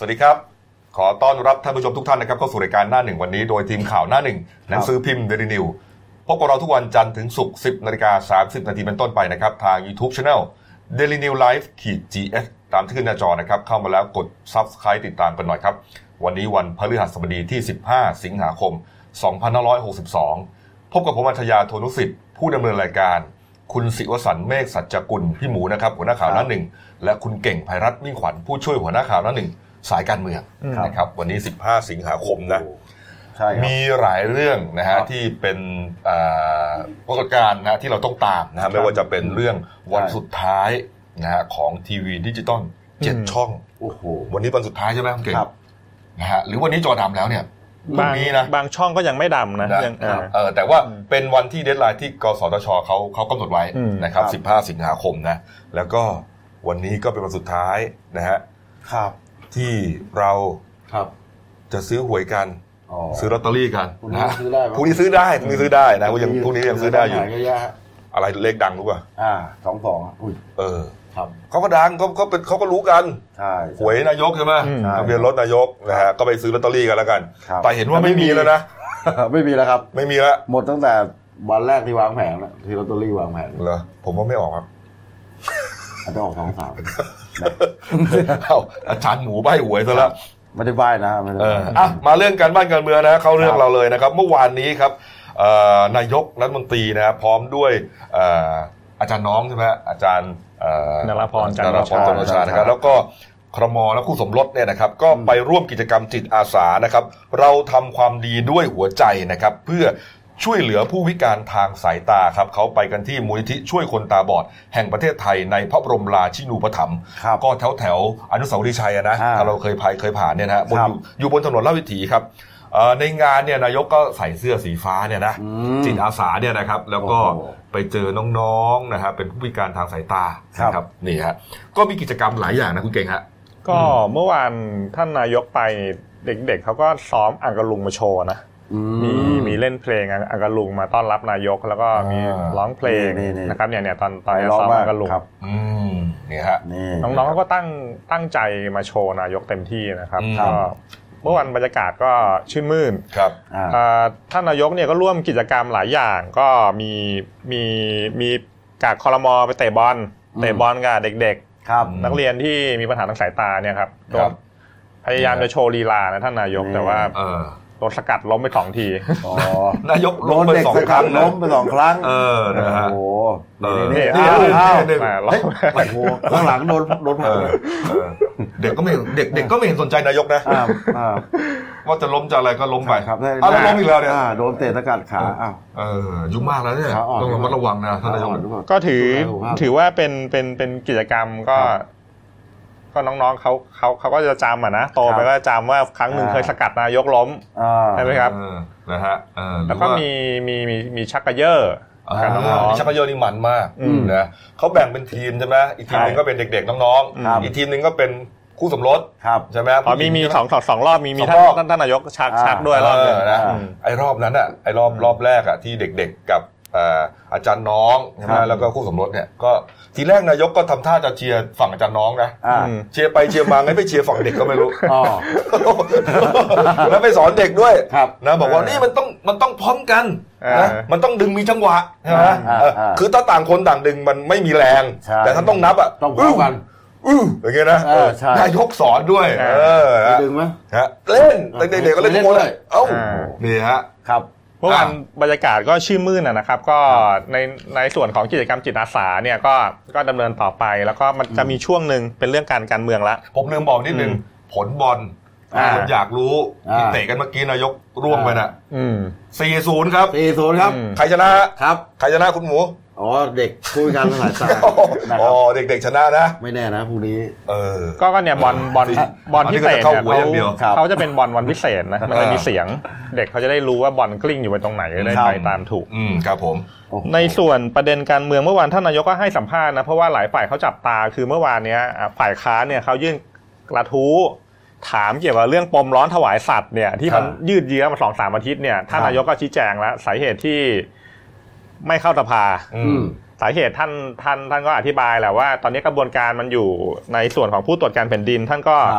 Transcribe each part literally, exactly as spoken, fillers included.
สวัสดีครับขอต้อนรับท่านผู้ชมทุกท่านนะครับเข้าสู่รายการหน้าหนึ่งวันนี้โดยทีมข่าวหน้าหนึ่งหนังสือพิมพ์ Daily News พบกับเราทุกวันจันทร์ถึงศุกร์ สิบนาฬิกาสามสิบนาทีเป็นต้นไปนะครับทาง YouTube Channel Daily News Live ขีด จี เอส ตามที่ขึ้นหน้าจอนะครับเข้ามาแล้วกด Subscribe ติดตามกันหน่อยครับวันนี้วันพฤหัสบดีที่สิบห้าสิงหาคมสองพันห้าร้อยหกสิบสองพบกับผมอัญชยาโทนุสิทธิ์ผู้ดำเนินรายการคุณศิวสันต์เมฆสัจจกุลพี่หมูนะครับหัวหน้าข่าวหน้าหนึ่งและคุณเก่งไพรัตน์มิ่งขวัญผู้ช่วยหัวหน้าข่าวหน้าหนึ่งสายการเมืองนะครับวันนี้สิบห้าสิงหาคมนะมีหลายเรื่องนะฮะที่เป็นปรากฏการณ์นะที่เราต้องตามนะฮะไม่ว่าจะเป็นเรื่องวันสุดท้ายนะฮะของทีวีดิจิตอลเจ็ดช่องโอ้โหวันนี้วันสุดท้ายใช่ไหมคุณเก่งนะฮะหรือวันนี้จอดำแล้วเนี่ยบางบางช่องก็ยังไม่ดำนะยังเออแต่ว่าเป็นวันที่เดดไลน์ที่กสทชเขาเขากำหนดไว้นะครับสิบห้าสิงหาคมนะแล้วก็วันนี้ก็เป็นวันสุดท้ายนะฮะครับที่เราครับจะซื้อหวยกันซื้อลอตเตอรี่กันนะพรุ่งนี้ซื้อได้พรุ่งนี้ซื้อได้นะยังพรุ่งนี้ยังซื้อได้อยู่อะไรเลขดังรู้ป่ะอ่าสองสองอุ้ยเออครับเขาก็ดังเขาเขาเป็นเขาก็รู้กันใช่หวยนายกใช่ไหมทะเบียนรถนายกนะฮะก็ไปซื้อลอตเตอรี่กันแล้วกันแต่เห็นว่าไม่มีแล้วนะไม่มีแล้วครับไม่มีแล้วหมดตั้งแต่วันแรกที่วางแผงแล้วที่ลอตเตอรี่วางแผงเหรอผมว่าไม่ออกครับอาจจะออกสองสามเอ้าอาจารย์หมูใบ้หวยซะแล้วไม่ได้ใบ้นะไม่ได้เอออ่ะมาเรื่องการบ้านการเมืองนะเข้าเรื่องเราเลยนะครับเมื่อวานนี้ครับนายกรัฐมนตรีนะพร้อมด้วยอาจารย์น้องใช่ไหมอาจารย์นราพรจันทร์โอชานะครับแล้วก็ครม.และคู่สมรสเนี่ยนะครับก็ไปร่วมกิจกรรมจิตอาสานะครับเราทำความดีด้วยหัวใจนะครับเพื่อช่วยเหลือผู้พิการทางสายตาครับเขาไปกันที่มูลนิธิช่วยคนตาบอดแห่งประเทศไทยในพระบรมราชินูปถัมภ์ก็แถวแถวอนุสาวรีย์ชัยนะถ้าเราเคยผ่านเคยผ่านเนี่ยนะบนอยู่อยู่บนถนนลาดวิถีครับในงานเนี่ยนายกก็ใส่เสื้อสีฟ้าเนี่ยนะจิตอาสาเนี่ยนะครับแล้วก็ไปเจอน้องๆนะฮะเป็นผู้พิการทางสายตาครับนี่ฮะก็มีกิจกรรมหลายอย่างนะคุณเก่งฮะก็เมื่อวานท่านนายกไปเด็กๆเขาก็ซ้อมอังกะลุงมาโชว์นะมีมีเล่นเพลงอังกะลุงมาต้อนรับนายกแล้วก็มีร้องเพลงนะครับเนี่ยเนี่ยตอนตอนซ้อมอังกะลุงอืมนี่ฮะน้องๆเขาก็ตั้งตั้งใจมาโชว์นายกเต็มที่นะครับก็เมื่อวันบรรยากาศก็ชื่นมื่นครับท่านนายกเนี่ยก็ร่วมกิจกรรมหลายอย่างก็มีมีมีจากครม.ไปเตะบอลเตะบอลกับเด็กๆนักเรียนที่มีปัญหาทางสายตาเนี่ยครับพยายามจะโชว์ลีลานะท่านนายกแต่ว่าโดนสกัดล้มไปสองทีนายกล้มไปสองครั้งล้มไปสองครั้งเออนะฮะโอ้นี่นี่นี่โอ้โหข้างหลังโดนโดนผ่าเด็กก็ไม่เด็กเด็กก็ไม่เห็นสนใจนายกนะว่าจะล้มจะอะไรก็ล้มไปครับอ้าวล้มอีกแล้วเนี่ยโดนเตะสกัดขาอ้าวเออยุ่งมากแล้วเนี่ยต้องระมัดระวังนะท่านนายกก็ถือถือว่าเป็นเป็นเป็นกิจกรรมก็ก็น้องๆเขาเขาเขาก็จะจำอ่ะนะโตไปก็จำว่าครั้งหนึ่งเคยสกัดนายกล้มใช่ไหมครับนะฮะแล้วก็มีมีมีมีชักกระเยอะมีชักกระเยอะนี่มันมากนะเขาแบ่งเป็นทีมใช่ไหมอีกทีมนึงก็เป็นเด็กๆน้องๆอีกทีมนึงก็เป็นคู่สมรสใช่ไหมอ๋อมีมีสองสองรอบมีมีท่านท่านนายกชักชักด้วยรอบนึงนะไอ้รอบนั้นอ่ะไอ้รอบรอบแรกอ่ะที่เด็กๆกับอาจารย์น้องใช่ไหมแล้วก็คู่สมรสเนี่ยก็ทีแรกนายกก็ทำท่าจะเชียร์ฝั่งอาจารย์น้องนะเชียร์ไปเชียร์มาไงไปเชียร์ฝั่งเด็กก็ไม่รู้แล้วไปสอนเด็กด้วยนะบอกว่านี่มันต้องมันต้องพร้อมกันนะมันต้องดึงมีจังหวะใช่ไหมคือถ้าต่างคนต่างดึงมันไม่มีแรงแต่ถ้าต้องนับอ่ะต้องพร้อมกันอืออย่างเงี้ยนะนายกสอนด้วยเออดึงไหมฮะเล่นเด็กๆก็เล่นทุกคนเลยเอ้านี่ฮะครับเมื่อวานบรรยากาศก็ชื่นมื่นนะครับก็ในในส่วนของกิจกรรมจิตอาสาเนี่ยก็ก็ดำเนินต่อไปแล้วก็มันจะมีช่วงนึงเป็นเรื่องการการเมืองละผมลืมบอกนิดนึงผลบอลผมอยากรู้ที่เตะกันเมื่อกี้นายกร่วงไปน่ะ สี่ศูนย์ ครับสี่ศูนย์ ครับใครชนะครับใครชนะคุณหมูอ๋อเด็กคุยกันหลายสายอ๋อเด็กๆชนะนะไม่แน่นะพรุ่งนี้เออก็ก็เนี่ยบอลบอลบอลที่เตะเนี่ยเขาเขาจะเป็นบอลวันพิเศษนะมันจะมีเสียงเด็กเขาจะได้รู้ว่าบอลกลิ้งอยู่ไปตรงไหนได้ไปตามถูกอืมครับผมในส่วนประเด็นการเมืองเมื่อวานท่านนายกก็ให้สัมภาษณ์นะเพราะว่าหลายฝ่ายเขาจับตาคือเมื่อวานเนี้ยฝ่ายค้านเนี่ยเขายื่นกระทู้ถามเกี่ยวกับเรื่องปมร้อนถวายสัตว์เนี่ยที่มันยืดเยื้อมา สองถึงสาม อาทิตย์เนี่ยท่านนายกก็ชี้แจงแล้วสาเหตุที่ไม่เข้าสภาสาเหตุท่านท่านท่านก็อธิบายแหละว่าตอนนี้กระบวนการมันอยู่ในส่วนของผู้ตรวจการแผ่นดินท่านก็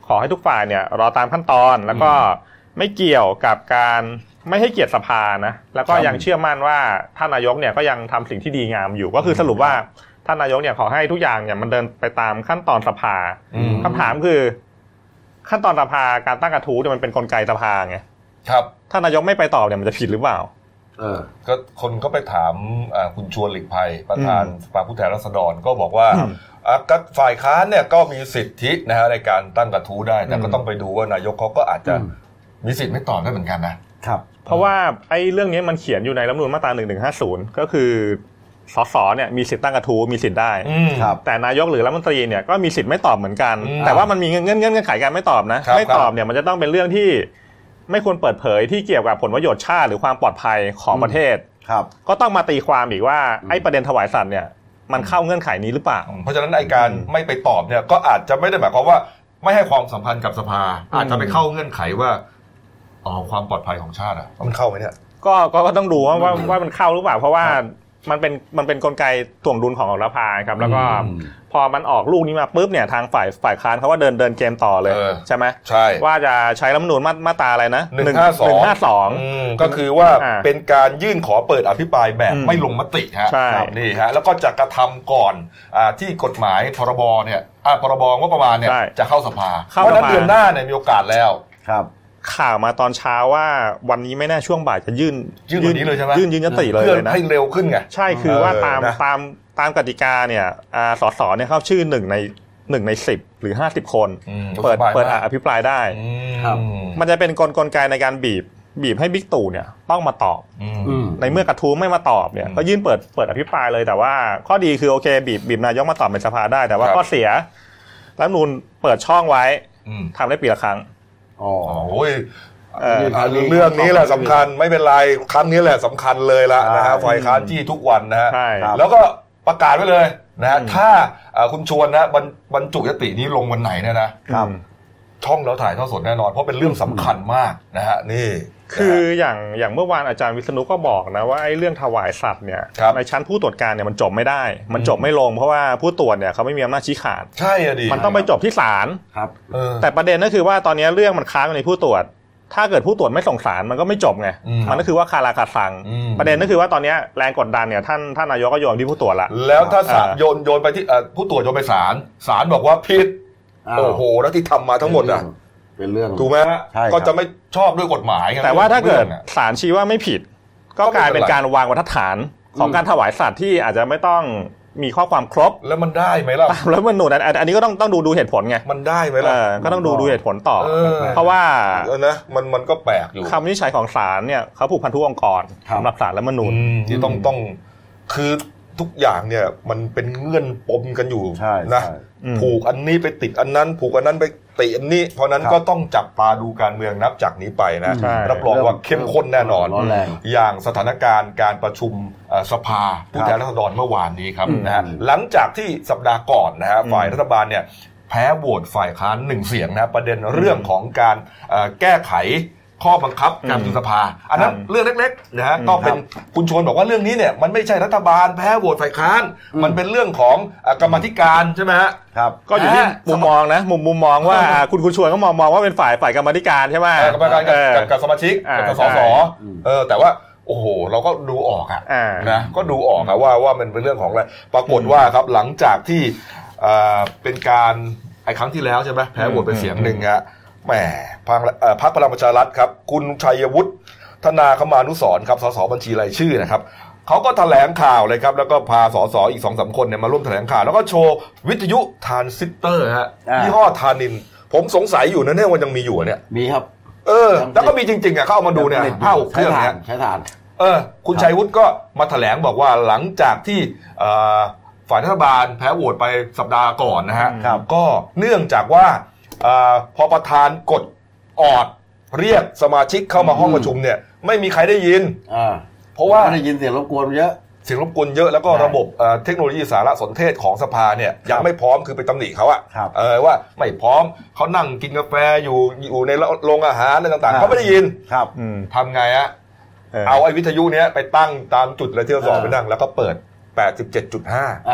ขอให้ทุกฝ่ายเนี่ยรอตามขั้นตอนแล้วก็ไม่เกี่ยวกับการไม่ให้เกียรติสภานะแล้วก็ยังเชื่อมั่นว่าท่านนายกเนี่ยก็ยังทำสิ่งที่ดีงามอยู่ก็คือสรุปว่าท่านนายกเนี่ยขอให้ทุกอย่างเนี่ยมันเดินไปตามขั้นตอนสภาคำถามคือขั้นตอนสภาการตั้งกระทู้เนี่ยมันเป็นกลไกสภาไงครับท่านนายกไม่ไปตอบเนี่ยมันจะผิดหรือเปล่าเออก็คนก็ไปถามคุณชวนหลีกภัยประธานสภาผู้แทนราษฎรก็บอกว่าฝ่ายค้านเนี่ยก็มีสิทธินะฮะในการตั้งกระทู้ได้แต่ก็ต้องไปดูว่านายกเขาก็อาจจะมีสิทธิ์ไม่ตอบได้เหมือนกันนะครับเพราะว่าไอ้เรื่องนี้มันเขียนอยู่ในรัฐธรรมนูญมาตราหนึ่งหนึ่งห้าศูนย์ก็คือสสเนี่ยมีสิทธิ์ตั้งกระทู้มีสิทธิ์ได้แต่นายกหรือรัฐมนตรีเนี่ยก็มีสิทธิ์ไม่ตอบเหมือนกันแต่ว่ามันมีเงื่อนเงื่อนเงื่อนไขการไม่ตอบนะไม่ตอบเนี่ยมันจะต้องเป็นเรื่องที่ไม่ควรเปิดเผยที่เกี่ยวกับผลประโยชน์ชาติหรือความปลอดภัยของประเทศก็ต้องมาตีความอีกว่าไอ้ประเด็นถวายสัตย์เนี่ยมันเข้าเงื่อนไขนี้หรือเปล่าเพราะฉะนั้นไอ้การไม่ไปตอบเนี่ยก็อาจจะไม่ได้หมายความว่าไม่ให้ความสัมพันธ์กับสภาอาจจะไปเข้าเงื่อนไขว่าอ๋อความปลอดภัยของชาติอ่ะมันเข้าไหมเนี่ยก็ก็ต้องดูว่าว่ามันเข้าหรือเปล่าเพราะว่ามันเป็นมันเป็นกลไกถ่วงดุลของรัฐสภาครับแล้วก็พอมันออกลูกนี้มาปุ๊บเนี่ยทางฝ่ายฝ่ายค้านเขาว่าเดินเดินเกมต่อเลยใช่ไหมใช่ว่าจะใช้รัฐธรรมนูญมาตราอะไรนะหนึ่งห้าสองก็คือว่าเป็นการยื่นขอเปิดอภิปรายแบบไม่ลงมติฮะนี่ฮะแล้วก็จะกระทำก่อนที่กฎหมายพรบเนี่ยพรบงบประมาณเนี่ยจะเข้าสภาเพราะนั้นเดือนหน้าเนี่ยมีโอกาสแล้วครับข่าวมาตอนเช้าว่าวันนี้ไม่แน่ช่วงบ่ายจะยื่นยื่นวันนี้เลยใช่ไหมยื่นยื่นยติเลยนะให้เร็วขึ้นไงใช่คือว่าตามตามตามกติกาเนี่ยสสเนี่ยเข้าชื่อหนึ่งในหนึ่งในสิบหรือห้าสิบคนเปิดเปิดอภิปรายได้มันจะเป็นกลกลไกในการบีบบีบให้บิ๊กตู่เนี่ยต้องมาตอบในเมื่อกระทู้ไม่มาตอบเนี่ยก็ยื่นเปิดเปิดอภิปรายเลยแต่ว่าข้อดีคือโอเคบีบบีบนายกมาตอบในสภาได้แต่ว่าข้อเสียรัฐธรรมนูญเปิดช่องไว้ทำได้ปีละครั้งอ๋อโอ้ยเรื่องนี้แหละสำคัญไม่เป็นไรครั้งนี้แหละสำคัญเลยละนะฮะฝ่ายค้านจี้ทุกวันนะฮะแล้วก็ประกาศไว้เลยนะฮะถ้าคุณชวนนะบรรจุยตินี้ลงวันไหนเนี่ยนะช่องเราถ่ายทอดสดแน่นอนเพราะเป็นเรื่องสำคัญมากนะฮะนี่คืออย่างอย่างเมื่อวานอาจารย์วิษณุก็บอกนะว่าไอ้เรื่องถวายสัตว์เนี่ยในชั้นผู้ตรวจการเนี่ยมันจบไม่ได้มันจบไม่ลงเพราะว่าผู้ตรวจเนี่ยเขาไม่มีอำนาจชี้ขาดใช่อะดิมันต้องไปจบที่ศาลครับแต่ประเด็นก็คือว่าตอนนี้เรื่องมันค้างในผู้ตรวจถ้าเกิดผู้ตรวจไม่ส่งศาลมันก็ไม่จบไงมันก็คือว่าคาราคาซังประเด็นก็คือว่าตอนนี้แรงกดดันเนี่ยท่านท่านนายกก็โยนที่ผู้ตรวจละแล้วถ้าศาลโยนโยนไปที่ผู้ตรวจโยนไปศาลศาลบอกว่าผิดโอ้โหแล้วที่ทำมาทั้งหมดอ่ะเป็นเรื่องถูกไหมก็จะไม่ชอบด้วยกฎหมายแต่ว่าถ้าเกิดศาลชี้ว่าไม่ผิดก็กลายเป็นการวางบรรทัดฐานของการถวายสัตว์ที่อาจจะไม่ต้องมีข้อความครบแล้วมันได้ไหมล่ะแล้วมันหนุนอันนี้ก็ต้องต้องดูดูเหตุผลไงมันได้ไหมล่ะก็ต้องดูดูเหตุผลต่อเพราะว่านะมันมันก็แปลกอยู่คำวินิจฉัยของศาลเนี่ยเขาผูกพันทุกองค์กรสำหรับศาลและมนุษย์ที่ต้องต้องคือทุกอย่างเนี่ยมันเป็นเงื่อนปมกันอยู่นะผูกอันนี้ไปติดอันนั้นผูกอันนั้นไปติดอันนี้เพราะนั้นก็ต้องจับตาดูการเมืองนับจากนี้ไปนะรับรองว่าเข้มข้นแน่นอนอย่างสถานการณ์การประชุมสภาผู้แทนราษฎรเมื่อวานนี้ครับนะฮะหลังจากที่สัปดาห์ก่อนนะฮะฝ่ายรัฐบาลเนี่ยแพ้โหวตฝ่ายค้านหนึ่งเสียงนะประเด็นเรื่องของการแก้ไขข้อบังคับการประชุมสภาอันนั้นเรื่องเล็กๆนะฮะก็เป็นคุณชวนบอกว่าเรื่องนี้เนี่ยมันไม่ใช่รัฐบาลแพ้โหวตฝ่ายค้านมันเป็นเรื่องของกรรมธิการใช่ไหมฮะครับก็อยู่ที่มุมมองนะมุมมุมมองว่าคุณคุณชวนก็มองมองว่าเป็นฝ่ายฝ่ายกรรมธิการใช่ไหมกรรมธิการกับสมาชิกกับสสเออแต่ว่าโอ้โหเราก็ดูออกอ่ะนะก็ดูออกอะว่าว่ามันเป็นเรื่องของอะไรปรากฏว่าครับหลังจากที่เป็นการไอ้ครั้งที่แล้วใช่ไหมแพ้โหวตเป็นเสียงหนึ่งฮะแหมพรรคพรรคพลังประชารัฐครับคุณชัยวุฒิธนาคมานุสรณ์ครับสสบัญชีรายชื่อนะครับเขาก็แถลงข่าวเลยครับแล้วก็พาสสอีก สองสาม คนเนี่ยมาร่วมแถลงข่าวแล้วก็โชว์วิทยุทรานซิสเตอร์ฮะยี่ห้อทานินผมสงสัยอยู่นะเนี่ยว่ายังมีอยู่เนี่ยมีครับเออแล้วก็มีจริงๆอ่ะเขาเอามาดูเนี่ยผ้าอบเครื่องเนี่ยใช้ถ่านเออคุณชัยวุฒิก็มาแถลงบอกว่าหลังจากที่ฝ่ายรัฐบาลแพ้โหวตไปสัปดาห์ก่อนนะฮะก็เนื่องจากว่าพอประธานกดออดเรียกสมาชิกเข้ามาห้องประชุมเนี่ยไม่มีใครได้ยินเพราะว่าไม่ได้ยินเสียงรบกวนเยอะเสียงรบกวนเยอะแล้วก็ระบบเทคโนโลยีสารสนเทศของสภาเนี่ยยังไม่พร้อมคือไปตำหนิเขาอะเออว่าไม่พร้อมเขานั่งกินกาแฟอยู่อยู่ในโรงอาหารอะไรต่างๆเขาไม่ได้ยินทำไงอะเอาไอ้วิทยุเนี้ยไปตั้งตามจุดเลยที่เราสอนไปนั่งแล้วก็เปิด แปดสิบเจ็ดจุดห้า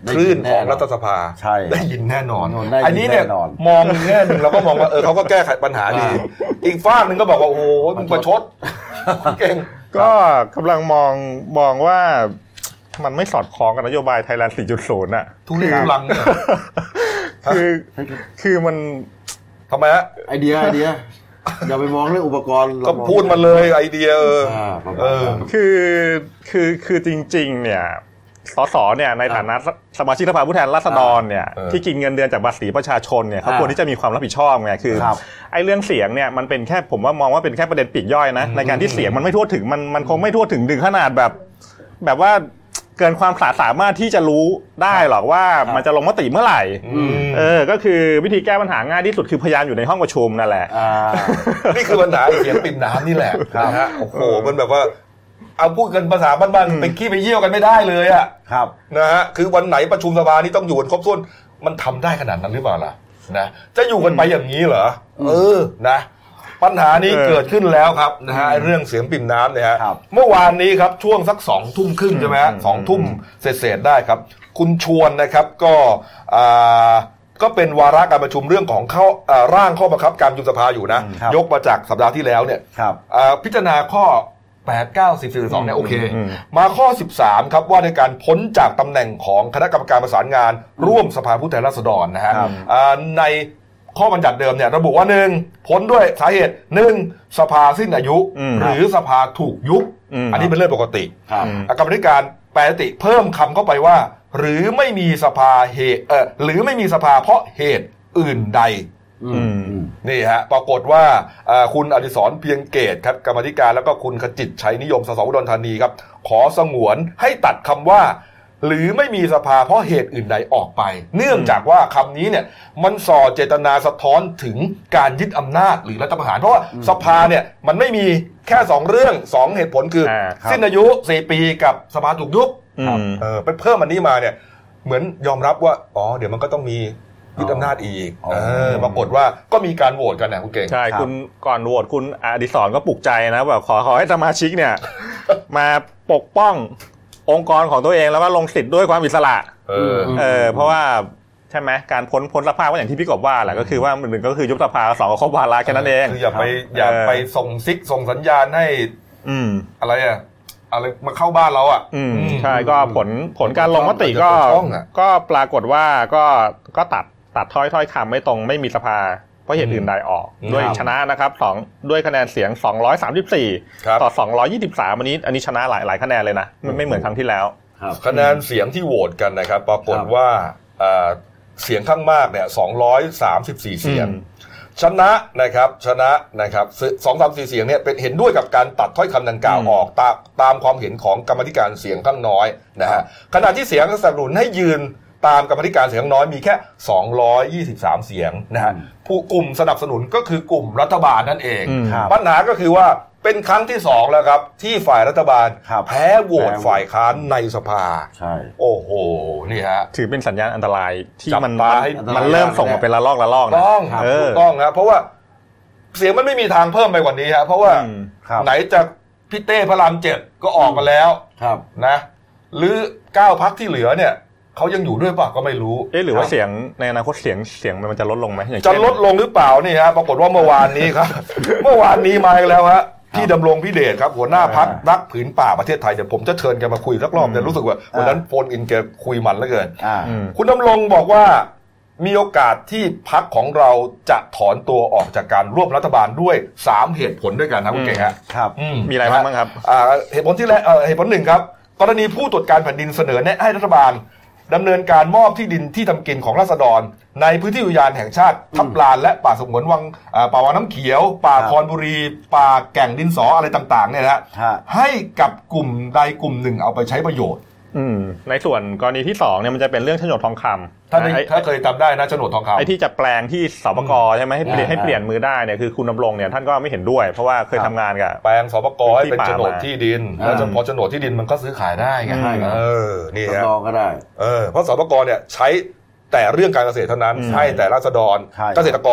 คลื่นของรัฐสภาได้ยินแน่นอนอันนี้เนี่ยมองแง่หนึ่งเราก็มองว่าเออเขาก็แก้ไขปัญหาดีอีกฝากหนึ่งก็บอกว่าโอ้โหมึงประชดเก่งก็กำลังมองมองว่ามันไม่สอดคล้องกับนโยบายไทยแลนด์ สี่จุดศูนย์ น่ะทุเรศทุลังเนี่ยคือคือมันทำไมฮะไอเดียไอเดียอย่าไปมองเรื่องอุปกรณ์ก็พูดมาเลยไอเดียเออเออคือคือคือจริงๆเนี่ยสสเนี่ยในฐานะสมาชิกสภาผู้แทนราษฎรเนี่ยที่กินเงินเดือนจากภาษีประชาชนเนี่ยเขาควรที่จะมีความรับผิดชอบไงคือไอ้เรื่องเสียงเนี่ยมันเป็นแค่ผมว่ามองว่าเป็นแค่ประเด็นปลีกย่อยนะในการที่เสียงมันไม่ทั่วถึงมันมันคงไม่ทั่วถึงถึงขนาดแบบแบบว่าเกินความสามารถที่จะรู้ได้หรอกว่ามันจะลงมติเมื่อไหร่เออก็คือวิธีแก้ปัญหาง่ายที่สุดคือพยายามอยู่ในห้องประชุมนั่นแหละนี่คือปัญหาเสียงปิ่มน้ำนี่แหละนะฮะโอ้โหมันแบบว่าเอาพูดกันภาษาบ้านๆไปขี้ไปเยี่ยวกันไม่ได้เลยอ่ะครับนะฮะคือวันไหนประชุมสภานี่ต้องอยู่กันครบถ้วนมันทำได้ขนาดนั้นหรือเปล่าล่ะนะจะอยู่กันไปอย่างนี้เหรอเออนะปัญหานี้เกิดขึ้นแล้วครับนะฮะเรื่องเสียงปิ่มน้ำเนี่ยฮะเมื่อวานนี้ครับช่วงสักสองทุ่มครึ่งใช่ไหมฮะสองทุ่มเศษๆได้ครับคุณชวนนะครับก็อ่าก็เป็นวาระการประชุมเรื่องของเข้าร่างข้อบังคับการประชุมสภาอยู่นะยกมาจากสัปดาห์ที่แล้วเนี่ยพิจารณาข้อแปด เก้า สิบ สิบสองเนี่ยโอเคมาข้อสิบสามครับว่าในการพ้นจากตำแหน่งของคณะกรรมการประสานงานร่วมสภาผู้แทนราษฎรนะฮะในข้อบัญญัติเดิมเนี่ยระบุว่าหนึ่งพ้นด้วยสาเหตุหนึ่งสภาสิ้นอายุหรือสภาถูกยุบอันนี้เป็นเรื่องปกติกรรมธิการแปรยติเพิ่มคำเข้าไปว่าหรือไม่มีสภาเหตุเออหรือไม่มีสภาเพราะเหตุอื่นใดนี่ฮะปรากฏว่าคุณอดิศรเพียงเกตครับกรรมธิการแล้วก็คุณขจิตชัยนิยมสสอุดรธานีครับขอสงวนให้ตัดคำว่าหรือไม่มีสภาเพราะเหตุอื่นใดออกไปเนื่องจากว่าคำนี้เนี่ยมันส่อเจตนาสะท้อนถึงการยึดอำนาจหรือรัฐประหารเพราะว่าสภาเนี่ยมันไม่มีแค่สองเรื่องสองเหตุผลคือสิ้นอายุสี่ปีกับสภาถูกยุบเออไปเพิ่มอันนี้มาเนี่ยเหมือนยอมรับว่าอ๋อเดี๋ยวมันก็ต้องมียึดอำนาจอีกเออปรากฏว่าก็มีการโหวตกันนะคุณเก่งใช่คุณก่อนโหวตคุณอดิศรก็ปลุกใจนะแบบขอขอให้สมาชิกเนี่ยมาปกป้ององค์กรของตัวเองแล้วก็ลงสิทธิ์ด้วยความอิสระเออเออเพราะว่าใช่ไหมการพ้นพ้นสภาก็อย่างที่พี่กบว่าแหละก็คือว่าหนึ่งก็คือยุบสภาสองก็ครบวาระแค่นั้นเองคืออย่าไปอย่าไปส่งซิกส่งสัญญาณให้อืมอะไรอ่ะอะไรมาเข้าบ้านเราอ่ะอืมใช่ก็ผลผลการลงมติก็ก็ปรากฏว่าก็ก็ตัดตัดถ้อยถ้อยคำไม่ตรงไม่มีสภาเพราะเหตุอื่นใดออกด้วยชนะนะครับสองด้วยคะแนนเสียงสองร้อยสามสิบสี่ต่อสองร้อยยี่สิบสามอันนี้อันนี้ชนะหลายหลายคะแนนเลยนะมันไม่เหมือนครั้งที่แล้วคะแนนเสียงที่โหวตกันนะครับปรากฏว่าเสียงข้างมากเนี่ยสองร้อยสามสิบสี่เสียงชนะนะครับชนะนะครับสองสามสี่เสียงเนี่ยเป็นเห็นด้วยกับการตัดถ้อยคำดังกล่าวออกตามตามความเห็นของกรรมธิการเสียงข้างน้อยนะฮะขณะที่เสียงสนับสนุนให้ยืนตามกรรมธิการเสียงน้อยมีแค่สองร้อยยี่สิบสามเสียงนะฮะผู้กลุ่มสนับสนุนก็คือกลุ่มรัฐบาลนั่นเองปัญหาก็คือว่าเป็นครั้งที่สองแล้วครับที่ฝ่ายรัฐบาลแพ้โหวตฝ่ายค้านในสภาใช่โอ้โหนี่ฮะถือเป็นสัญญาณอันตรายที่มันมันเริ่มส่งมาเป็นระลอกระลอกนะต้องถูกต้องนะเพราะว่าเสียงมันไม่มีทางเพิ่มไปกว่านี้ฮะเพราะว่าไหนจะพี่เต้พระรามเจ็ดก็ออกมาแล้วนะหรือเก้าพรรคที่เหลือเนี่ยเขายังอยู่ด้วยป่ะก็ไม่รู้เอ๊ะหรือว่าเสียงในอนาคตเสียงเสียงมันจะลดลงไหมจะลดลงหรือเปล่านี่ฮะปรากฏว่าเมื่อวานนี้ครับ เมื่อวานนี้มาแล้วฮะพี่ดำรงพิเดชครับหัวหน้าพรรครักผืนป่าประเทศไทยเดี๋ยวผมจะเชิญแกมาคุยสักรอบแต่รู้สึกว่าวันนั้นโฟนอินแกคุยมันเหลือเกินคุณดำรงบอกว่ามีโอกาสที่พรรคของเราจะถอนตัวออกจากการร่วมรัฐบาลด้วยสามเหตุผลด้วยกันครับคุณเก่งครับมีอะไรบ้างครับเหตุผลที่แรกเหตุผลหนึ่งครับกรณีผู้ตรวจการแผ่นดินเสนอแนะให้รัฐบาลดำเนินการมอบที่ดินที่ทำกินของราษฎรในพื้นที่อุทยานแห่งชาติทับลานและป่าสงวนวังป่าวังน้ำเขียวป่าคอนบุรีป่าแก่งดินสออะไรต่างๆเนี่ยนะให้กับกลุ่มใดกลุ่มหนึ่งเอาไปใช้ประโยชน์ในส่วนกรณีที่สองเนี่ยมันจะเป็นเรื่องโฉนดทองคำถ้าถ้าเคยจำได้นะโฉนดทองคำไอ้ที่จะแปลงที่สปก.ใช่ไหมให้เปลี่ยนให้เปลี่ยนมือได้เนี่ยคือคุณดำรงเนี่ยท่านก็ไม่เห็นด้วยเพราะว่าเคยทำงานกับแปลงสปก.ให้เป็นโฉนดที่ดินแล้วพอโฉนดที่ดินมันก็ซื้อขายได้ไงเออนี่ฮะก็ได้เออเพราะสปก.เนี่ยใช้แต่เรื่องการเกษตรเท่านั้นให้แต่ราษฎรเกษตรกร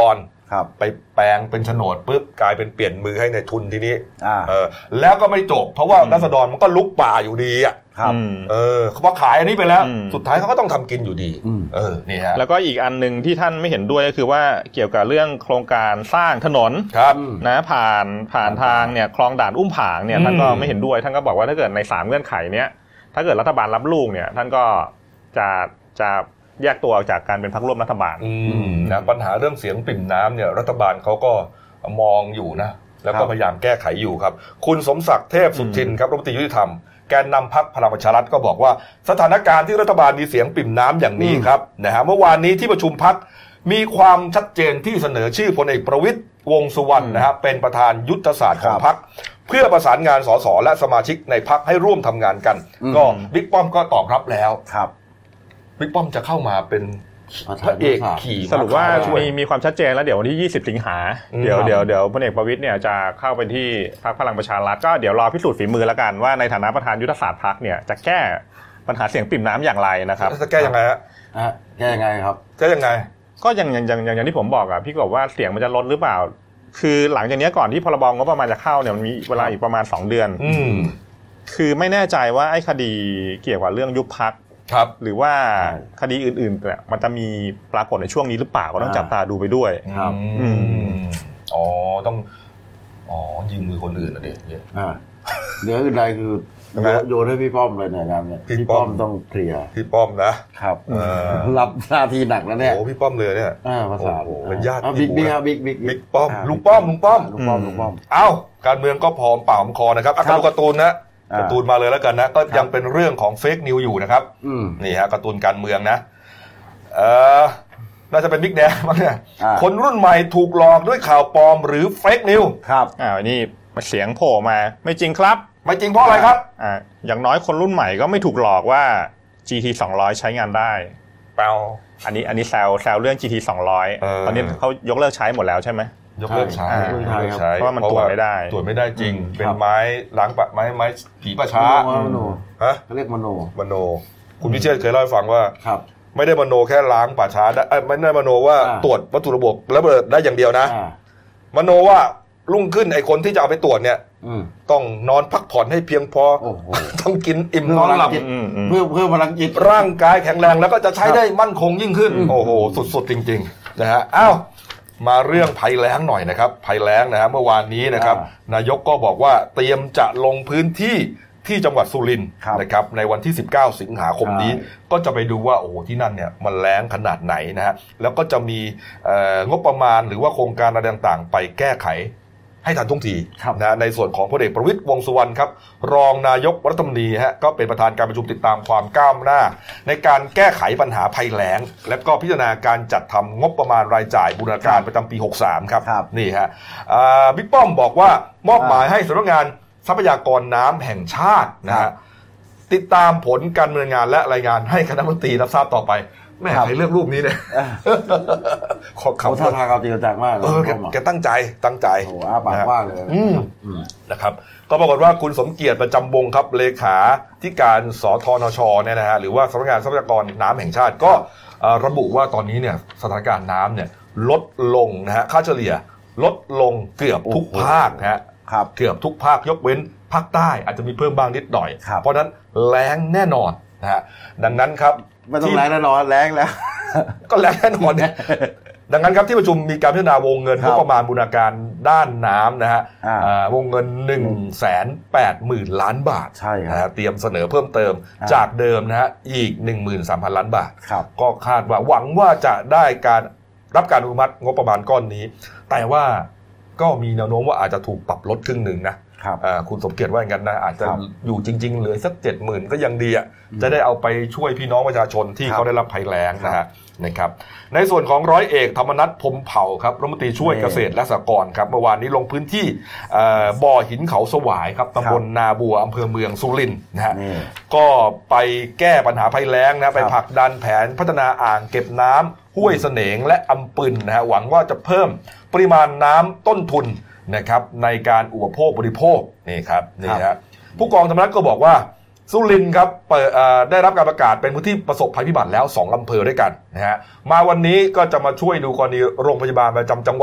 ไปแปลงเป็นโฉนดปุ๊บกลายเป็นเปลี่ยนมือให้ในทุนทีนี้อ่าเออแล้วก็ไม่จบเพราะว่าราษฎรมันก็ลุกป่าอยู่ดีอ่ะครับเออพอขายอันนี้ไปแล้วสุดท้ายเขาก็ต้องทำกินอยู่ดีเออนี่ฮะแล้วก็อีกอันนึงที่ท่านไม่เห็นด้วยก็คือว่าเกี่ยวกับเรื่องโครงการสร้างถนนนะผ่านผ่านทางเนี่ยคลองด่านอุ้มผางเนี่ยท่านก็ไม่เห็นด้วยท่านก็บอกว่าถ้าเกิดในสามเงื่อนไขเนี้ยถ้าเกิดรัฐบาลรับลูกเนี่ยท่านก็จะจะแยกตัวจากการเป็นพรรคร่วมรัฐบาลนะปัญหาเรื่องเสียงปริ่มน้ำเนี่ยรัฐบาลเขาก็มองอยู่นะแล้วก็พยายามแก้ไขอยู่ครับคุณสมศักดิ์เทพสุทินครับรัฐมนตรียุติธรรมแกนนำพรรคพลังประชารัฐก็บอกว่าสถานการณ์ที่รัฐบาลมีเสียงปริ่มน้ำอย่างนี้ครับนะฮะเมื่อวานนี้ที่ประชุมพรรคมีความชัดเจนที่เสนอชื่อพลเอกประวิตรวงษ์สุวรรณนะฮะเป็นประธานยุทธศาสตร์ของพรรคเพื่อประสานงานสสและสมาชิกในพรรคให้ร่วมทำงานกันก็บิ๊กป้อมก็ตอบรับแล้วครับบิ๊กป้อมจะเข้ามาเป็นพระเอกขี่สรุปว่ามีมีความชัดเจนแล้วเดี๋ยววันที่ยี่สิบสิงหาเดี๋ยวเดี๋ยวเดี๋ยวพลเอกประวิตรเนี่ยจะเข้าไปที่พรรคพลังประชารัฐก็เดี๋ยวรอพิสูจน์ฝีมือแล้วกันว่าในฐานะประธานยุทธศาสตร์พรรคเนี่ยจะแก้ปัญหาเสียงปริ่มน้ำอย่างไรนะครับจะแก้ยังไงฮะแก้ยังไงครับแก้ยังไงก็อย่างอย่างอย่างอย่างที่ผมบอกอ่ะพี่กบว่าเสียงมันจะลดหรือเปล่าคือหลังจากนี้ก่อนที่พรบงบประมาณจะเข้าเนี่ยมันมีเวลาอีกประมาณสองเดือนคือไม่แน่ใจว่าไอ้คดีเกี่ยวกับเรื่องยุบพรรคหรือว่าคดีอื่นๆเนี่ยมันจะมีปรากฏในช่วงนี้หรือเปล่าก็ต้องจับตาดูไปด้วยครับอ๋อต้องอ๋อยืมมือคนอื่นอ่ะดิอ่าเดี๋ยวอื่นใดคือโยนให้พี่ป้อมเลยเนี่ยงานเนี่ยพี่ป้อมต้องเคลียร์พี่ป้อมนะครับรับหน้าที่หนักแล้วเนี่ยโอ้พี่ป้อมเลยเนี่ยอ่าภาษาโอ้เป็นญาติบิ๊กบิ๊กบิ๊กบิ๊กบิ๊กป้อมลุงป้อมลุงป้อมลุงป้อมลุงป้อมเอ้าการเมืองก็พร้อมเปล่าคอนะครับอ่ะการ์ตูนนะการ์ตูนมาเลยแล้วกันนะก็ยังเป็นเรื่องของเฟกนิวอยู่นะครับนี่ฮะการ์ตูนการเมืองนะเออน่าจะเป็นบิ๊กแดงมั้งเนี่ยคนรุ่นใหม่ถูกหลอกด้วยข่าวปลอมหรือเฟกนิวครับอ่านี่เสียงโผล่มาไม่จริงครับไม่จริงเพราะอะไรครับอ่าอย่างน้อยคนรุ่นใหม่ก็ไม่ถูกหลอกว่า จี ที สองร้อยใช้งานได้เปล่าอันนี้อันนี้แซวแซวเรื่อง จี ที สองร้อยตอนนี้เขายกเลิกใช้หมดแล้วใช่ไหมยกเลิกใช้เพราะว่ามันตรวจไม่ได้ตรวจไม่ได้จริงเป็นไม้ล้างปะไม้ไม้ผีป่าช้าฮะเขาเรียกมโนมโนคุณพิเชษเคยเล่าให้ฟังว่าครับไม่ได้มโนแค่ล้างป่าช้าได้ไม่ได้มโนว่าตรวจวัตถุระบบระเบิดได้อย่างเดียวนะมโนว่ารุ่งขึ้นไอ้คนที่จะเอาไปตรวจเนี่ยต้องนอนพักผ่อนให้เพียงพอต้องกินอิ่มนอนหลับเพื่อเพื่อพลังจิตร่างกายแข็งแรงแล้วก็จะใช้ได้มั่นคงยิ่งขึ้นโอ้โหสุดๆจริงๆนะฮะอ้าวมาเรื่องภัยแล้งหน่อยนะครับภัยแล้งนะฮะเมื่อวานนี้นะครับนายกก็บอกว่าเตรียมจะลงพื้นที่ที่จังหวัดสุรินทร์นะครับในวันที่สิบเก้าสิงหาคมนี้ก็จะไปดูว่าโอ้โหที่นั่นเนี่ยมันแล้งขนาดไหนนะฮะแล้วก็จะมีงบประมาณหรือว่าโครงการอะไรต่างๆไปแก้ไขให้ทันท่วงทีนะในส่วนของพลเอกประวิตรวงษ์สุวรรณครับรองนายกรัฐมนตรีฮะก็เป็นประธานการประชุมติดตามความก้าวหน้าในการแก้ไขปัญหาภัยแล้งและก็พิจารณาการจัดทำงบประมาณรายจ่ายบูรณาการประจำปีหกสิบสามครับนี่ฮะบิ๊กป้อมบอกว่ามอบหมายให้สำนักงานทรัพยากรน้ำแห่งชาตินะฮะติดตามผลการดำเนินงานและรายงานให้คณะรัฐมนตรีรับทราบต่อไปแม่ใครเลือกรูปนี้เนี่ยเขาท่าทางเอาจริงจังมากเลยเออแกตั้งใจตั้งใจโอ้อาปากกว้างเลยนะครับก็ปรากฏว่าคุณสมเกียรติประจำวงครับเลขาธิการสธนชเนี่ยนะฮะหรือว่าสำนักงานทรัพยากรน้ำแห่งชาติก็ระบุว่าตอนนี้เนี่ยสถานการณ์น้ำเนี่ยลดลงนะฮะค่าเฉลี่ยลดลงเกือบทุกภาคนะฮะเกือบทุกภาคยกเว้นภาคใต้อาจจะมีเพิ่มบ้างนิดหน่อยเพราะนั้นแล้งแน่นอนนะฮะดังนั้นครับไม่ต้องแรงแน่นอนแรงแล้วก็แรงแน่นอนเนี่ยดังนั้นครับที่ประชุมมีการพิจารณาวงเงินงบประมาณบูรณาการด้านน้ำนะฮะวงเงิน หนึ่งแสนแปดหมื่น ล้านบาทใช่ครับเตรียมเสนอเพิ่มเติมจากเดิมนะฮะอีก หนึ่งหมื่นสามพัน ล้านบาทก็คาดว่าหวังว่าจะได้การรับการอนุมัติงบประมาณก้อนนี้แต่ว่าก็มีแนวโน้มว่าอาจจะถูกปรับลดครึ่งนึงนะคุณสมเกียรติว่าอย่างนั้นนะอาจจะอยู่จริงๆเหลือสัก เจ็ดหมื่น ก็ยังดีอ่ะจะได้เอาไปช่วยพี่น้องประชาชนที่เขาได้รับภัยแล้งนะฮะนะครับในส่วนของร้อยเอกธรรมนัสพรหมเผ่าครับรัฐมนตรีช่วยเกษตรและสหกรณ์ครับเมื่อวานนี้ลงพื้นที่บ่อหินเขาสวายครับตำบลนาบัวอำเภอเมืองสุรินทร์นะฮะก็ไปแก้ปัญหาภัยแล้งนะไปผลักดันแผนพัฒนาอ่างเก็บน้ำห้วยเสนงและอำปึนนะฮะหวังว่าจะเพิ่มปริมาณน้ำต้นทุนนะครับในการอุปโภคบริโภคนี่ครับนี่ฮะผู้กองธรรมนัสก็บอกว่าสุรินทร์ครับเปิดได้รับการประกาศเป็นพื้นที่ประสบภัยพิบัติแล้วสองอำเภอด้วยกันนะฮะมาวันนี้ก็จะมาช่วยดูกรณีโรงพยาบาลประจำจังหวัด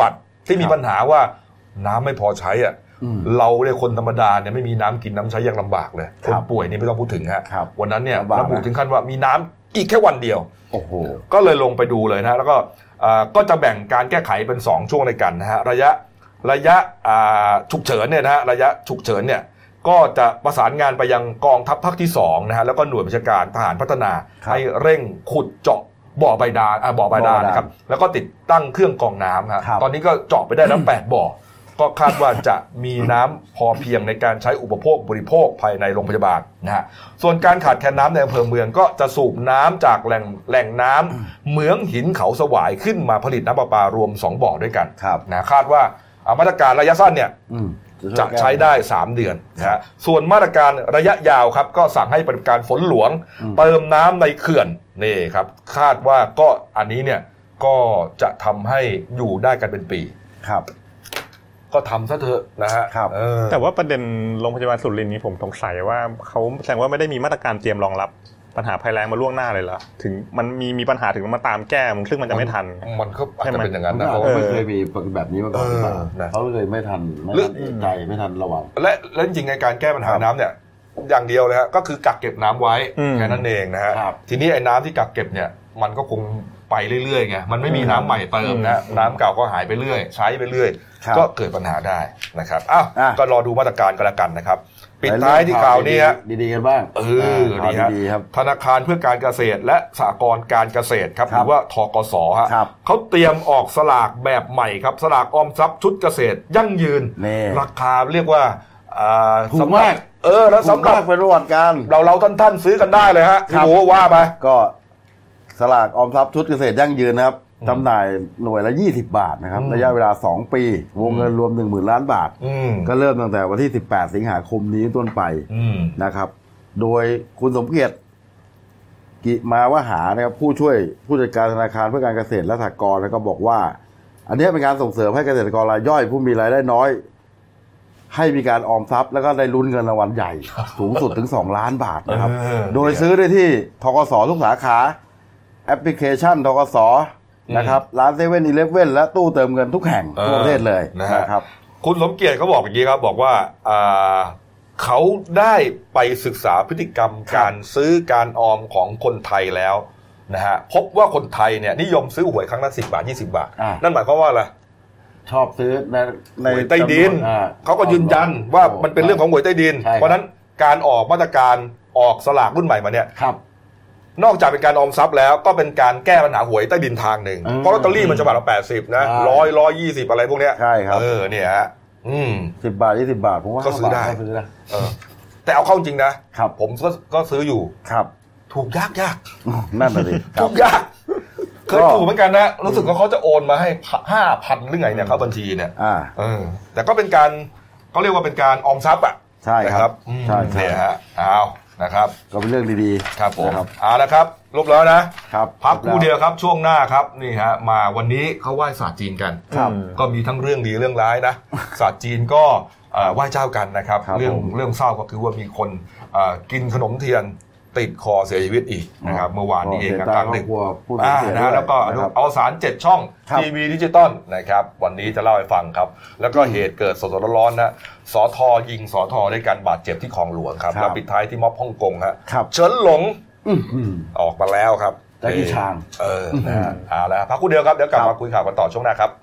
ที่มีปัญหาว่าน้ำไม่พอใช้อ่ะเราเนี่ยคนธรรมดาเนี่ยไม่มีน้ำกินน้ำใช้ยังลำบากเลยคนป่วยนี่ไม่ต้องพูดถึงฮะวันนั้นเนี่ยระบุถึงขั้นว่ามีน้ำอีกแค่วันเดียวโอ้โหก็เลยลงไปดูเลยนะแล้วก็ก็จะแบ่งการแก้ไขเป็นสองช่วงในกันนะฮะระยะระยะฉุกเฉินเนี่ยนะฮะระยะฉุกเฉินเนี่ยก็จะประสานงานไปยังกองทัพภาคที่สองนะฮะแล้วก็หน่วยบัญชาการทหารพัฒนาให้เร่งขุดเจาะบ่อบาดาลบ่อบาดาลนะครับแล้วก็ติดตั้งเครื่องกรองน้ำครับตอนนี้ก็เจาะไปได้แล้วแปดบ่อก็คาดว่าจะมีน้ำพอเพียงในการใช้อุปโภคบริโภคภายในโรงพยาบาลนะฮะส่วนการขาดแคลนน้ำในอำเภอเมืองก็จะสูบน้ำจากแหล่งแหล่งน้ำเหมืองหินเขาสวายขึ้นมาผลิตน้ำประปารวมสองบ่อด้วยกันนะคาดว่ามาตรการระยะสั้นเนี่ยจะใช้ได้สามเดือนนะฮะส่วนมาตรการระยะยาวครับก็สั่งให้ปฏิบัติการฝนหลวงเติมน้ำในเขื่อนนี่ครับคาดว่าก็อันนี้เนี่ยก็จะทำให้อยู่ได้กันเป็นปีครับก็ทำซะเถอะนะฮะแต่ว่าประเด็นโรงพยาบาลสุรินทร์นี้ผมสงสัยว่าเขาแสดงว่าไม่ได้มีมาตรการเตรียมรองรับปัญหาภัยแล้งมาล่วงหน้าเลยเหรอถึงมันมีมีปัญหาถึงมาตามแก้มันซึ่งมันจะไม่ทันมันก็อาจจะเป็นอย่างนั้นนะเขาไม่เคยมีแบบนี้มาก่อนเขาเลยไม่ทันไม่ทันใจไม่ทันระวังและและจริงในการแก้ปัญหาน้ำเนี่ยอย่างเดียวเลยฮะก็คือกักเก็บน้ำไว้แค่นั้นเองนะฮะทีนี้ไอ้น้ำที่กักเก็บเนี่ยมันก็คงไปเรื่อยๆไงมันไม่มีน้ำใหม่เติมนะน้ำเก่าก็หายไปเรื่อยใช้ไปเรื่อยก็เกิดปัญหาได้นะครับอ้าวก็รอดูมาตรการกันละกันนะครับปิดท้ายที่ข่าวนี้ฮะดีๆกันบ้างเออดีครับธนาคารเพื่อการเกษตรและสหกรณ์การเกษตรครับหรือว่าธกสฮะเขาเตรียมออกสลากแบบใหม่ครับสลากออมทรัพย์ชุดเกษตรยั่งยืนราคาเรียกว่าถูกมากเออแล้วสำหรับเป็นประวัติการเราเราท่านๆซื้อกันได้เลยฮะพี่หมูว่าไปก็สลากออมทรัพย์ชุดเกษตรยั่งยืนนะครับจำหน่ายหน่วยละยี่สิบบาทนะครับระยะเวลาสองปีวงเงินรวม หนึ่งหมื่น ล้านบาทก็เริ่มตั้งแต่วันที่สิบแปดสิงหาคมนี้ต้นไปนะครับโดยคุณสมเกียรติกิมาวหานะครับผู้ช่วยผู้จัดการธนาคารเพื่อการเกษตรและสหกรณ์ก็บอกว่าอันนี้เป็นการส่งเสริมให้เกษตรกรรายย่อยผู้มีรายได้น้อยให้มีการออมทรัพย์แล้วก็ได้ลุ้นเงินรางวัลใหญ่สูงสุดถึงสองล้านบาทนะครับโดยซื้อได้ที่ธกสทุกสาขาแอปพลิเคชันธกสนะครับร้านเซเว่นอีเลฟเว่นและตู้เติมเงินทุกแห่งทั่วประเทศเลยนะครับคุณสมเกียรติเขาบอกอย่างนี้ครับบอกว่าเขาได้ไปศึกษาพฤติกรรมการซื้อการออมของคนไทยแล้วนะฮะพบว่าคนไทยเนี่ยนิยมซื้อหวยครั้งละสิบบาทยี่สิบบาทนั่นหมายความว่าอะไรชอบซื้อในในใต้ดินเขาก็ยืนยันว่ามันเป็นเรื่องของหวยใต้ดินเพราะนั้นการออกมาตรการออกสลากรุ่นใหม่มาเนี่ยนอกจากเป็นการออมทรัพย์แล้วก็เป็นการแก้ปัญหาหวยใต้ดินทางหนึ่งเพราะลอตเตอรี่มันจะบาทละแปดสิบนะร้อยร้อยยี่สิบอะไรพวกเนี้ยใช่ครับเออเนี่ยฮะอืมสิบบาทยี่สิบบาทผมว่าก็ซื้อได้เออแต่เอาเข้าจริงนะครับผมก็ก็ซื้ออยู่ครับถูกยากยากนั่นน่ะสิถูกยากเคยถูกเหมือนกันนะรู้สึกว่าเขาจะโอนมาให้ห้าพันหรือไงเนี่ยเข้าบัญชีเนี่ยอ่าเออแต่ก็เป็นการเขาเรียกว่าเป็นการออมทรัพย์อ่ะใช่ครับใช่เนี่ยฮะเอานะครับก็เป็นเรื่องดีๆครับผมเอาละครับลบแล้วนะครับพักคู่เดียวครับช่วงหน้าครับนี่ฮะมาวันนี้เขาไหว้ศาสตร์จีนกันก็มีทั้งเรื่องดีเรื่องร้ายนะศาสตร์จีนก็ไหว้เจ้ากันนะครับเรื่องเรื่องเศร้าก็คือว่ามีคนกินขนมเทียนติดคอเสียชีวิตอีกนะครับเมื่อวานนี้เองกลางดึกนะแล้วก็เอาสารเจ็ดช่องทีวีดิจิตอลนะครับวันนี้จะเล่าให้ฟังครับแล้วก็เหตุเกิดสดๆร้อนๆนะสทยิงสทด้วยการบาดเจ็บที่คลองหลวงครับแล้วปิดท้ายที่ม็อบฮ่องกงฮะเฉินหลงออกมาแล้วครับแจ็คกี้ชางเออนะฮะเอาละพักคู่เดียวครับเดี๋ยวกลับมาคุยข่าวกันต่อช่วงหน้าครับ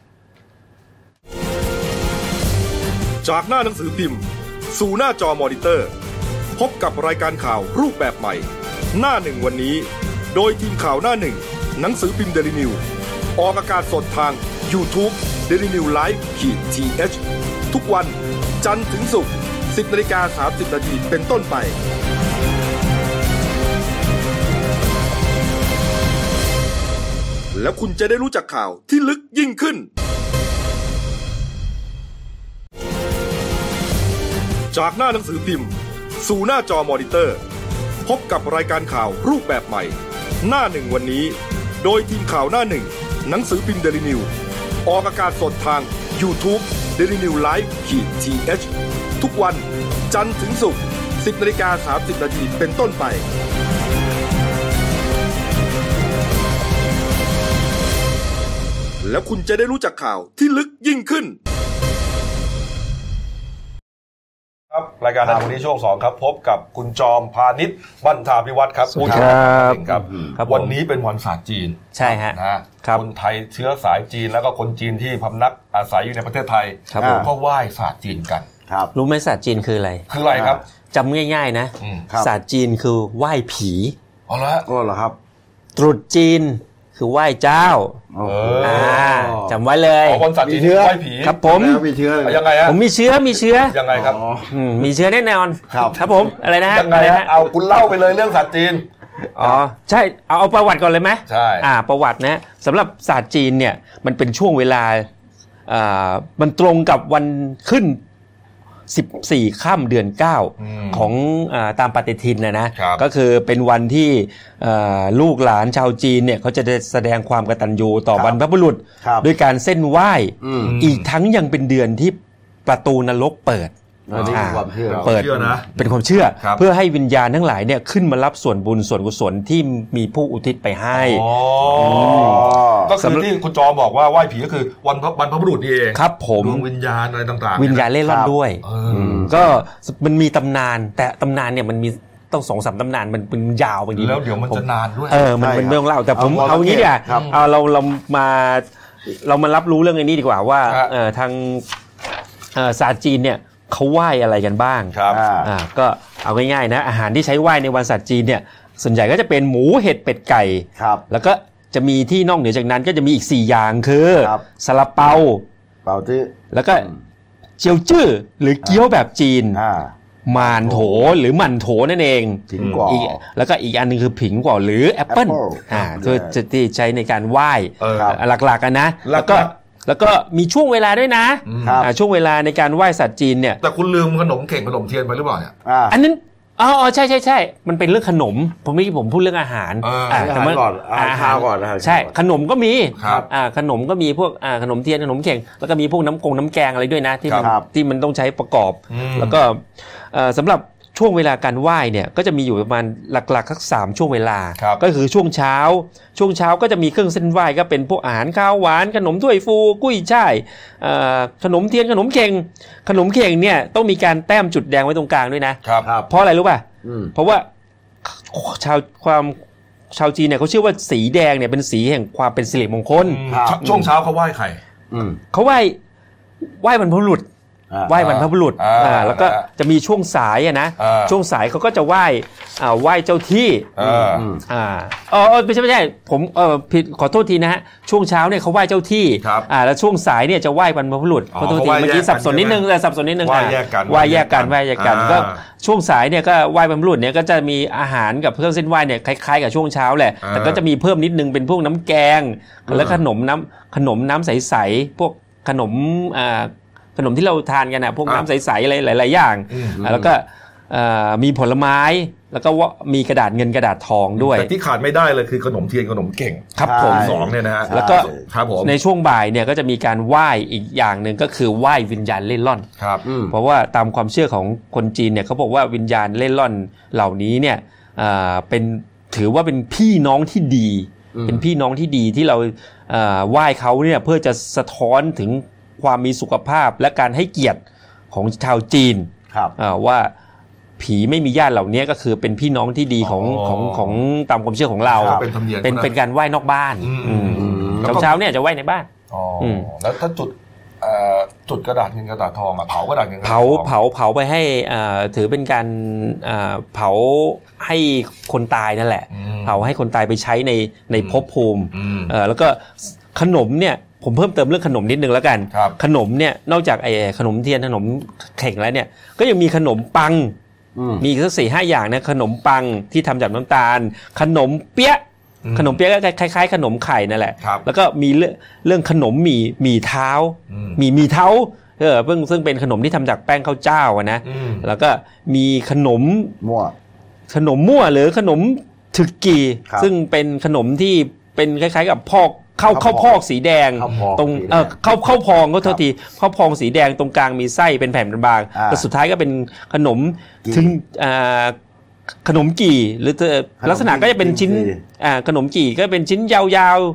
จากหน้าหนังสือพิมพ์สู่หน้าจอมอนิเตอร์พบกับรายการข่าวรูปแบบใหม่หน้าหนึ่งวันนี้โดยทีมข่าวหน้าหนึ่งหนังสือพิมพ์ Daily News ออกอากาศสดทาง YouTube Daily News Live ทีเอช ทุกวันจันทร์ถึงศุกร์ สิบนาฬิกาสามสิบนาทีเป็นต้นไปแล้วคุณจะได้รู้จักข่าวที่ลึกยิ่งขึ้นจากหน้าหนังสือพิมพ์สู่หน้าจอมอนิเตอร์พบกับรายการข่าวรูปแบบใหม่หน้าหนึ่งวันนี้โดยทีมข่าวหน้าหนึ่งหนังสือพิมพ์ Daily News ออกอากาศสดทาง YouTube Daily News Live ทีเอช ทุกวันจันทร์ถึงศุกร์ สิบนาฬิกาสามสิบนาทีเป็นต้นไปแล้วคุณจะได้รู้จักข่าวที่ลึกยิ่งขึ้นครับรายการในวันนี้ช่วงสองครับพบกับคุณจอมพานิชบรรทาภิวัฒน์ครับผู้ชมครับวันนี้เป็นวันศาสตร์จีนใช่ฮะนะคนไทยเชื้อสายจีนแล้วก็คนจีนที่พำนักอาศัยอยู่ในประเทศไทยก็ไหว้ศาสตร์จีนกันรู้ไหมศาสตร์จีนคืออะไรคืออะไรครับจำง่ายๆนะศาสตร์จีนคือไหว้ผีอ๋อแล้วอ๋อเหรอครับตรุษจีนคือไหว้เจ้าอ่าจำไว้เลยคนศาสตร์จีนไหว้ผีครับผมมีเชื้อยังไงฮะผมมีเชื้อมีเชื้อยังไงครับมีเชื้อแน่นอนครับครับผมอะไรนะฮะยังไงฮะเอาคุณเล่าไปเลยเรื่องศาสตร์จีนอ๋อใช่เอาเอาประวัติก่อนเลยไหมใช่อ่าประวัตินะสำหรับศาสตร์จีนเนี่ยมันเป็นช่วงเวลาอ่ามันตรงกับวันขึ้นสิบสี่ค่ำเดือนเก้าของอ่าตามปฏิทินนะนะก็คือเป็นวันที่อ่าลูกหลานชาวจีนเนี่ยเขาจะได้แสดงความกตัญญูต่อบรรพบุรุษด้วยการเส้นไหว้อีกทั้งยังเป็นเดือนที่ประตูนรกเปิดเปิดเป็นความเชื่อเพื่อให้วิญญาณทั้งหลายเนี่ยขึ้นมารับส่วนบุญส่วนกุศลที่มีผู้อุทิศไปให้ก็คือที่คุณจอมบอกว่าไหว้ผีก็คือวันบรรพบุรุษนี่เองครับผมดวงวิญญาณอะไรต่างๆวิญญาณเล่ร่อนด้วยก็มันมีตำนานแต่ตำนานเนี่ยมันมีต้องสองสามตำนานมันเป็นยาวบางทีแล้วเดี๋ยวมันจะนานด้วยเออมันเป็นเรื่องเล่าแต่ผมเอางี้ดีกว่าเอาเราเรามาเรามารับรู้เรื่องนี้ดีกว่าว่าทางศาสตร์จีนเนี่ยเขาไหว้อะไรกันบ้างครับอ่าก็เอาง่ายๆนะอาหารที่ใช้ไหว้ในวันศาสตร์จีนเนี่ยส่วนใหญ่ก็จะเป็นหมูเห็ดเป็ดไก่ครับแล้วก็จะมีที่นอกเหนือจากนั้นก็จะมีอีกสี่อย่างคือซาลาเปาเปาจื้อแล้วก็เจียวจื้อหรือเกี๊ยวแบบจีนหม่านโถหรือหมั่นโถนั่นเองผิงกว่าแล้วก็อีกอันนึงคือผิงกว่าหรือแอปเปิ้ลอ่าที่ที่ใช้ในการไหว้หลักๆกันนะแล้วก็แล้วก็มีช่วงเวลาด้วยนะช่วงเวลาในการไหว้สัตว์จีนเนี่ยแต่คุณลืมขนมเข่งขนมเทียนไปหรือเปล่าเนี่ยอันนั้นอ๋อใช่ใช่ใช่มันเป็นเรื่องขนมผมไม่ผมพูดเรื่องอาหารอ่าแต่เมื่อก่อนอาหารก่อนนะใช่ขนมก็มีอ่าขนมก็มีพวกอ่าขนมเทียนขนมเข่งแล้วก็มีพวกน้ำกงน้ำแกงอะไรด้วยนะที่มันที่มันต้องใช้ประกอบแล้วก็สำหรับช่วงเวลาการไหว้เนี่ยก็จะมีอยู่ประมาณหลักๆสักสามช่วงเวลาก็คือช่วงเช้าช่วงเช้าก็จะมีเครื่องเส้นไหว้ก็เป็นพวกอาหารข้าวหวานขนมถ้วยฟูกุ้ยช่ายขนมเทียนขนมเข่งขนมเข่งเนี่ยต้องมีการแต้มจุดแดงไว้ตรงกลางด้วยนะครับเพราะอะไรรู้ป่ะเพราะว่าชาวความชาวจีนเนี่ยเขาเชื่อว่าสีแดงเนี่ยเป็นสีแห่งความเป็นสิริมงคลช่วงเช้าเขาไหว้ใครเขาไหว้ไหว้บรรพบุรุษไหว้บรรพบุรุษอ่าแล้วก็จะมีช่วงสายอ่ะนะช่วงสายเขาก็จะไหว้อ่าไหว้เจ้าที่อ่าอ๋อไม่ใช่ไม่ใช่ผมเอ่อผิดขอโทษทีนะฮะช่วงเช้าเนี่ยเขาไหว้เจ้าที่อ่าแล้วช่วงสายเนี่ยจะไหว้บรรพบุรุษขอโทษทีเมื่อกี้สับสนนิดนึงแต่สับสนนิดนึงไหว้แยกกันไหว้แยกกันไหว้แยกกันก็ช่วงสายเนี่ยก็ไหว้บรรพบุรุษเนี่ยก็จะมีอาหารกับเครื่องเส้นไหว้เนี่ยคล้ายๆกับช่วงเช้าแหละแต่ก็จะมีเพิ่มนิดนึงเป็นพวกน้ำแกงแล้วขนมน้ำขนมน้ำใสๆพวกขนมอ่าขนมที่เราทานกันนะพวกน้ำใสๆอะไรหลายๆอย่างแล้วก็มีผลไม้แล้วก็มีกระดาษเงินกระดาษทองด้วยแต่ที่ขาดไม่ได้เลยคือขนมเทียนขนมเก่งครับผมสองเนี่ยนะฮะแล้วก็ครับผมในช่วงบ่ายเนี่ยก็จะมีการไหว้อีกอย่างหนึ่งก็คือไหว้วิญญาณเล่ร่อนครับเพราะว่าตามความเชื่อของคนจีนเนี่ยเขาบอกว่าวิญญาณเล่ร่อนเหล่านี้เนี่ยเป็นถือว่าเป็นพี่น้องที่ดีเป็นพี่น้องที่ดีที่เราไหว้เขาเนี่ยเพื่อจะสะท้อนถึงความมีสุขภาพและการให้เกียรติของชาวจีนว่าผีไม่มีญาติเหล่านี้ก็คือเป็นพี่น้องที่ดีของของของตามความเชื่อของเราเป็นเป็นการไหว้นอกบ้านเช้าๆเนี่ยจะไหว้ในบ้านแล้วถ้าจุดจุดกระดาษเงินกระดาษทองเผากระดาษเงินเผาเผาเผาไปให้ถือเป็นการเผาให้คนตายนั่นแหละเผาให้คนตายไปใช้ในในภพภูมิแล้วก็ขนมเนี่ยผมเพิ่มเติมเรื่องขนมนิดนึงแล้วกันขนมเนี่ยนอกจากไอ้ขนมเทียนขนมเข่งแล้วเนี่ยก็ยังมีขนมปังมีสักสี่ห้าอย่างนะขนมปังที่ทำจากน้ำตาลขนมเปี๊ยะขนมเปี๊ยะก็คล้ายๆขนมไข่นั่นแหละแล้วก็มีเรื่องเรื่องขนมหมี่หมี่เท้าหมี่หมี่เท้าเออเพิ่งซึ่งเป็นขนมที่ทำจากแป้งข้าวเจ้านะแล้วก็มีขนมมั่วขนมมั่วหรือขนมถึกกีซึ่งเป็นขนมที่เป็นคล้ายๆกับพอกข้าวข้าวพอกสีแดงตรงเออข้าวข้าวพองก็โทษทีข้าวพองสีแดงตรงกลางมีไส้เป็นแผ่นบางๆแต่สุดท้ายก็เป็นขนมถึงอ่าขนมกี่หรือลักษณะก็จะเป็นชิ้นอ่าขนมกี่ก็เป็นชิ้นยาวๆ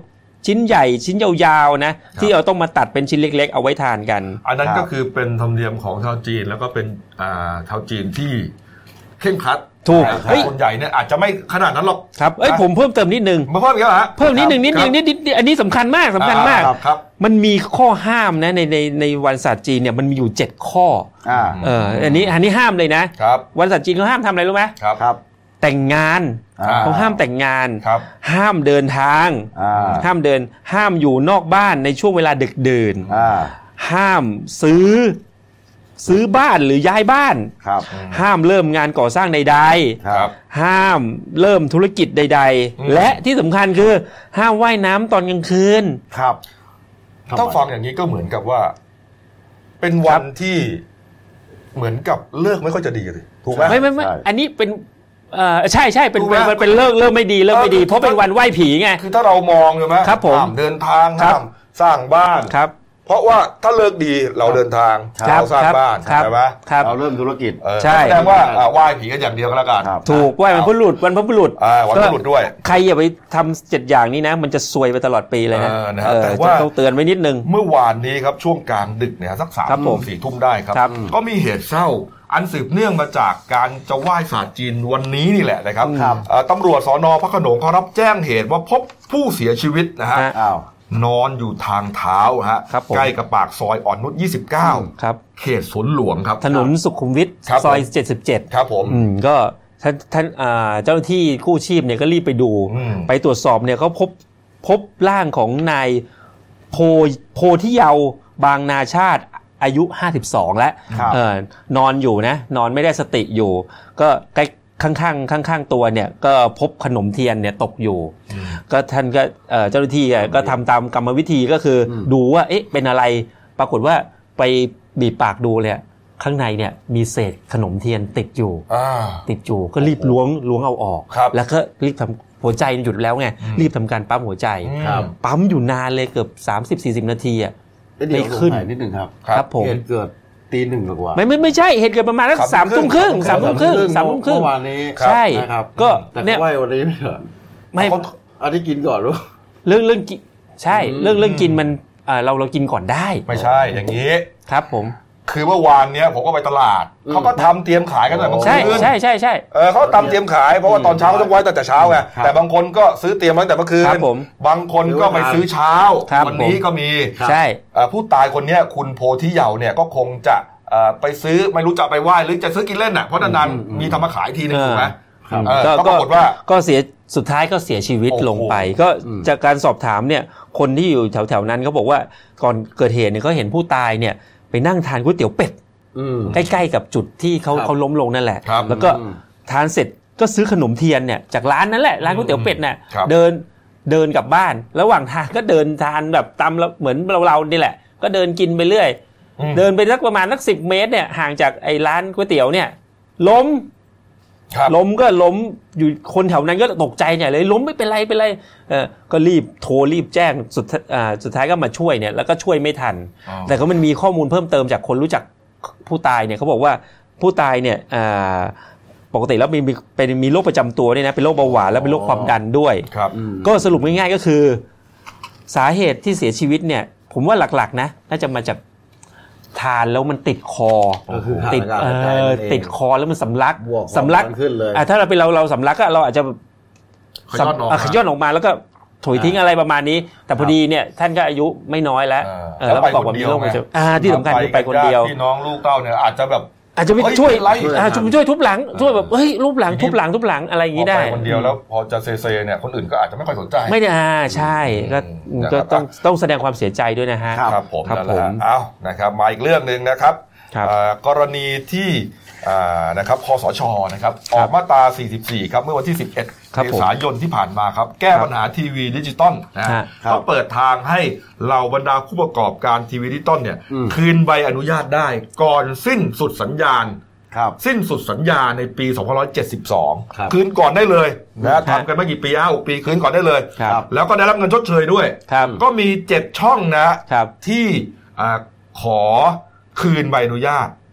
ชิ้นใหญ่ชิ้นยาวๆนะที่เราต้องมาตัดเป็นชิ้นเล็กๆเอาไว้ทานกันอันนั้นก็คือเป็นธรรมเนียมของชาวจีนแล้วก็เป็นอ่าชาวจีนที่เคร่งครัดถูกคนใหญ่เนี่ยอาจจะไม่ขนาดนั้นหรอกครับเอ้ยผมเพิ่มเติมนิดนึงมาเพิ่มอีกแล้วฮะเพิ่มนิดนึงนิดนึงนิดอันนี้สำคัญมากสำคัญมากมันมีข้อห้ามนะในในในวันศาสตร์จีนเนี่ยมันมีอยู่เจ็ดข้ออ่าเอออันนี้อันนี้ห้ามเลยนะวันศาสตร์จีนเขาห้ามทำอะไรรู้ไหมครับครับแต่งงานเขาห้ามแต่งงานห้ามเดินทางห้ามเดินห้ามอยู่นอกบ้านในช่วงเวลาดึกดื่นห้ามซื้อซื้อบ้านหรือย้ายบ้านห้ามเริ่มงานก่อสร้างใดๆห้ามเริ่มธุรกิจใดๆและที่สำคัญคือห้ามว่ายน้ำตอนกลางคืนครับถ้าฟังอย่างนี้ก็เหมือนกับว่าเป็นวันที่เหมือนกับเลิกไม่ค่อยจะดีเลยถูกไหมไม่ไม่ไม่อันนี้เป็นเอ่อใช่ใช่เป็นเป็นเป็นเลิกเลิกไม่ดีเลิกไม่ดีเพราะเป็นวันไหว้ผีไงคือถ้าเรามองใช่ไหมครับผมเดินทางห้ามสร้างบ้านครับเพราะว่าถ้าเลิกดีเราเดินทางเราสร้างบ้านใช่ไหมเราเริ่มธุรกิจใช่แสดงว่าไหว้ผีกันอย่างเดียวก็แล้วกันถูกไหว้วันพฤหัสวันพระบุรุษวันพระบุรุษด้วยใครอย่าไปทำเจ็ดอย่างนี้นะมันจะซวยไปตลอดปีเลยนะแต่ว่าต้องเตือนไว้นิดนึงเมื่อวานนี้ครับช่วงกลางดึกเนี่ยสักสามทุ่มสี่ทุ่มได้ครับก็มีเหตุเศร้าอันสืบเนื่องมาจากการจะไหว้ศาสตร์จีนวันนี้นี่แหละนะครับตำรวจสน.พระโขนงเขารับแจ้งเหตุว่าพบผู้เสียชีวิตนะฮะนอนอยู่ทางเท้าฮะใกล้กับปากซอยอ่อนนุชยี่สิบเก้าครับเขตสวนหลวงครับถนนสุขุมวิทซอยเจ็ดสิบเจ็ดครับผมอืมก็ท่านท่านเจ้าหน้าที่กู้ชีพเนี่ยก็รีบไปดูไปตรวจสอบเนี่ยเขาพบพบร่างของนายโพโพธิเยาว์บางนาชาติอายุห้าสิบสองแล้วเอ่อนอนอยู่นะนอนไม่ได้สติอยู่ก็ใกล้ข้างๆข้างๆตัวเนี่ยก็พบขนมเทียนเนี่ยตกอยู่ก็ท่านก็เจ้าหน้าที่ก็ทำตามกรรมวิธีก็คือดูว่าเอ๊ะเป็นอะไรปรากฏว่าไปบีบปากดูเลยข้างในเนี่ยมีเศษขนมเทียนติดอยู่ติดอยู่ก็รีบล้วงล้วงเอาออกแล้วก็รีบทำหัวใจหยุดแล้วไงรีบทำการปั๊มหัวใจปั๊มอยู่นานเลยเกือบ สามสิบถึงสี่สิบ นาทีอ่ะไม่ขึ้นนิดนึงครับครับผมเหตุเกิดตีหนึ่งกว่าไม่ไม่ไม่ใช่เหตุเกิดประมาณสักสามทุ่มครึ่งสามทุ่มครึ่งสามทุ่มครึ่งเมื่อวานนี้ใช่ก็เนี่ยไหว้วันนี้ไม่เหรอไม่อันนี้กินก่อนรู้เรื่องเรื่องกินใช่เรื่องเรื่องกินมันเราเรากินก่อนได้ไม่ใช่อย่างนี้ครับผมคือเมื่อวานเนี้ยผมก็ไปตลาดเขาก็ทำเตรียมขายกันแบบบางคนใช่ใช่ใช่ใช่เออเขาทำเตรียมขายเพราะว่าตอนเช้าต้องไว้ตั้งแต่เช้าไงแต่บางคนก็ซื้อเตรียมตั้งแต่เมื่อคืนบางคนก็ไปซื้อเช้าวันนี้ก็มีใช่ผู้ตายคนนี้คุณโพธิเยาว์เนี่ยก็คงจะไปซื้อไม่รู้จะไปไหว้หรือจะซื้อกินเล่นน่ะเพราะนานๆมีทำมาขายทีนึงถูกไหมก็ปรากฏว่าก็เสียสุดท้ายก็เสียชีวิตลงไปก็จากการสอบถามเนี่ยคนที่อยู่แถวๆนั้นเขาบอกว่าก่อนเกิดเหตุเนี่ยเขาเห็นผู้ตายเนี่ยไปนั่งทานก๋วยเตี๋ยวเป็ดใกล้ๆกับจุดที่เขาเขาล้มลงนั่นแหละแล้วก็ทานเสร็จก็ซื้อขนมเทียนเนี่ยจากร้านนั้นแหละร้านก๋วยเตี๋ยวเป็ดเนี่ยเดินเดินกลับบ้านระหว่างทางก็เดินทานแบบตามเหมือนเราๆนี่แหละก็เดินกินไปเรื่อยเดินไปสักประมาณสักสิบเมตรเนี่ยห่างจากไอ้ร้านก๋วยเตี๋ยวเนี่ยล้มล้มก็ล้มอยู่คนแถวนั้นก็ตกใจใหญ่เลยล้มไม่เป็นไรเป็นไรเออก็รีบโทรรีบแจ้งสุดอ่าสุดท้ายก็มาช่วยเนี่ยแล้วก็ช่วยไม่ทันแต่ก็มันมีข้อมูลเพิ่มเติมจากคนรู้จักผู้ตายเนี่ยเขาบอกว่าผู้ตายเนี่ยอ่าปกติแล้วมีเป็นมีโรคประจำตัวด้วยนะเป็นโรคเบาหวานแล้วเป็นโรคความดันด้วยก็สรุปง่ายๆก็คือสาเหตุที่เสียชีวิตเนี่ยผมว่าหลักๆนะน่าจะมาจากทานแล้วมันติดคอติดเอ่อติดคอแล้วมันสำลักสำลักอ่าถ้าเราเป็นเราเราสำลักก็เราอาจจะขย้อนออกมาแล้วก็ถุยทิ้งอะไรประมาณนี้แต่พอดีเนี่ยท่านก็อายุไม่น้อยแล้วแล้วบอกว่ามีโรคประจำอ่าที่สำคัญคือไปคนเดียวพี่น้องลูกเต้าเนี่ยอาจจะแบบอาจจะไปช่วยอ่าช่วยทุบหลังช่วยแบบเฮ้ยทุบหลังทุบหลังทุบหลังอะไรอย่างนี้ได้ไปคนเดียวแล้วพอจะเซเซเนี่ยคนอื่นก็อาจจะไม่ค่อยสนใจไม่ได้อ่าใช่ก็ก็ต้องต้องแสดงความเสียใจด้วยนะฮะครับผมครับผมเอ้านะครับมาอีกเรื่องนึงนะครับกรณีที่นะครับคสชนะครับออกมาตราสี่สิบสี่ครับเมื่อวันที่สิบเอ็ดเมษายนที่ผ่านมาครับแก้ปัญหาทีวีดิจิตอลนะก็เปิดทางให้เหล่าบรรดาผู้ประกอบการทีวีดิจิตอลเนี่ยคืนใบอนุญาตได้ก่อนสิ้นสุดสัญญาณสิ้นสุดสัญญาในปีสองพันห้าร้อยเจ็ดสิบสองคืนก่อนได้เลยนะทำกันไม่กี่ปีห้าหกปีคืนก่อนได้เลยแล้วก็ได้รับเงินชดเชยด้วยก็มีเจ็ดช่องนะที่ขอคืนใบอนุญาต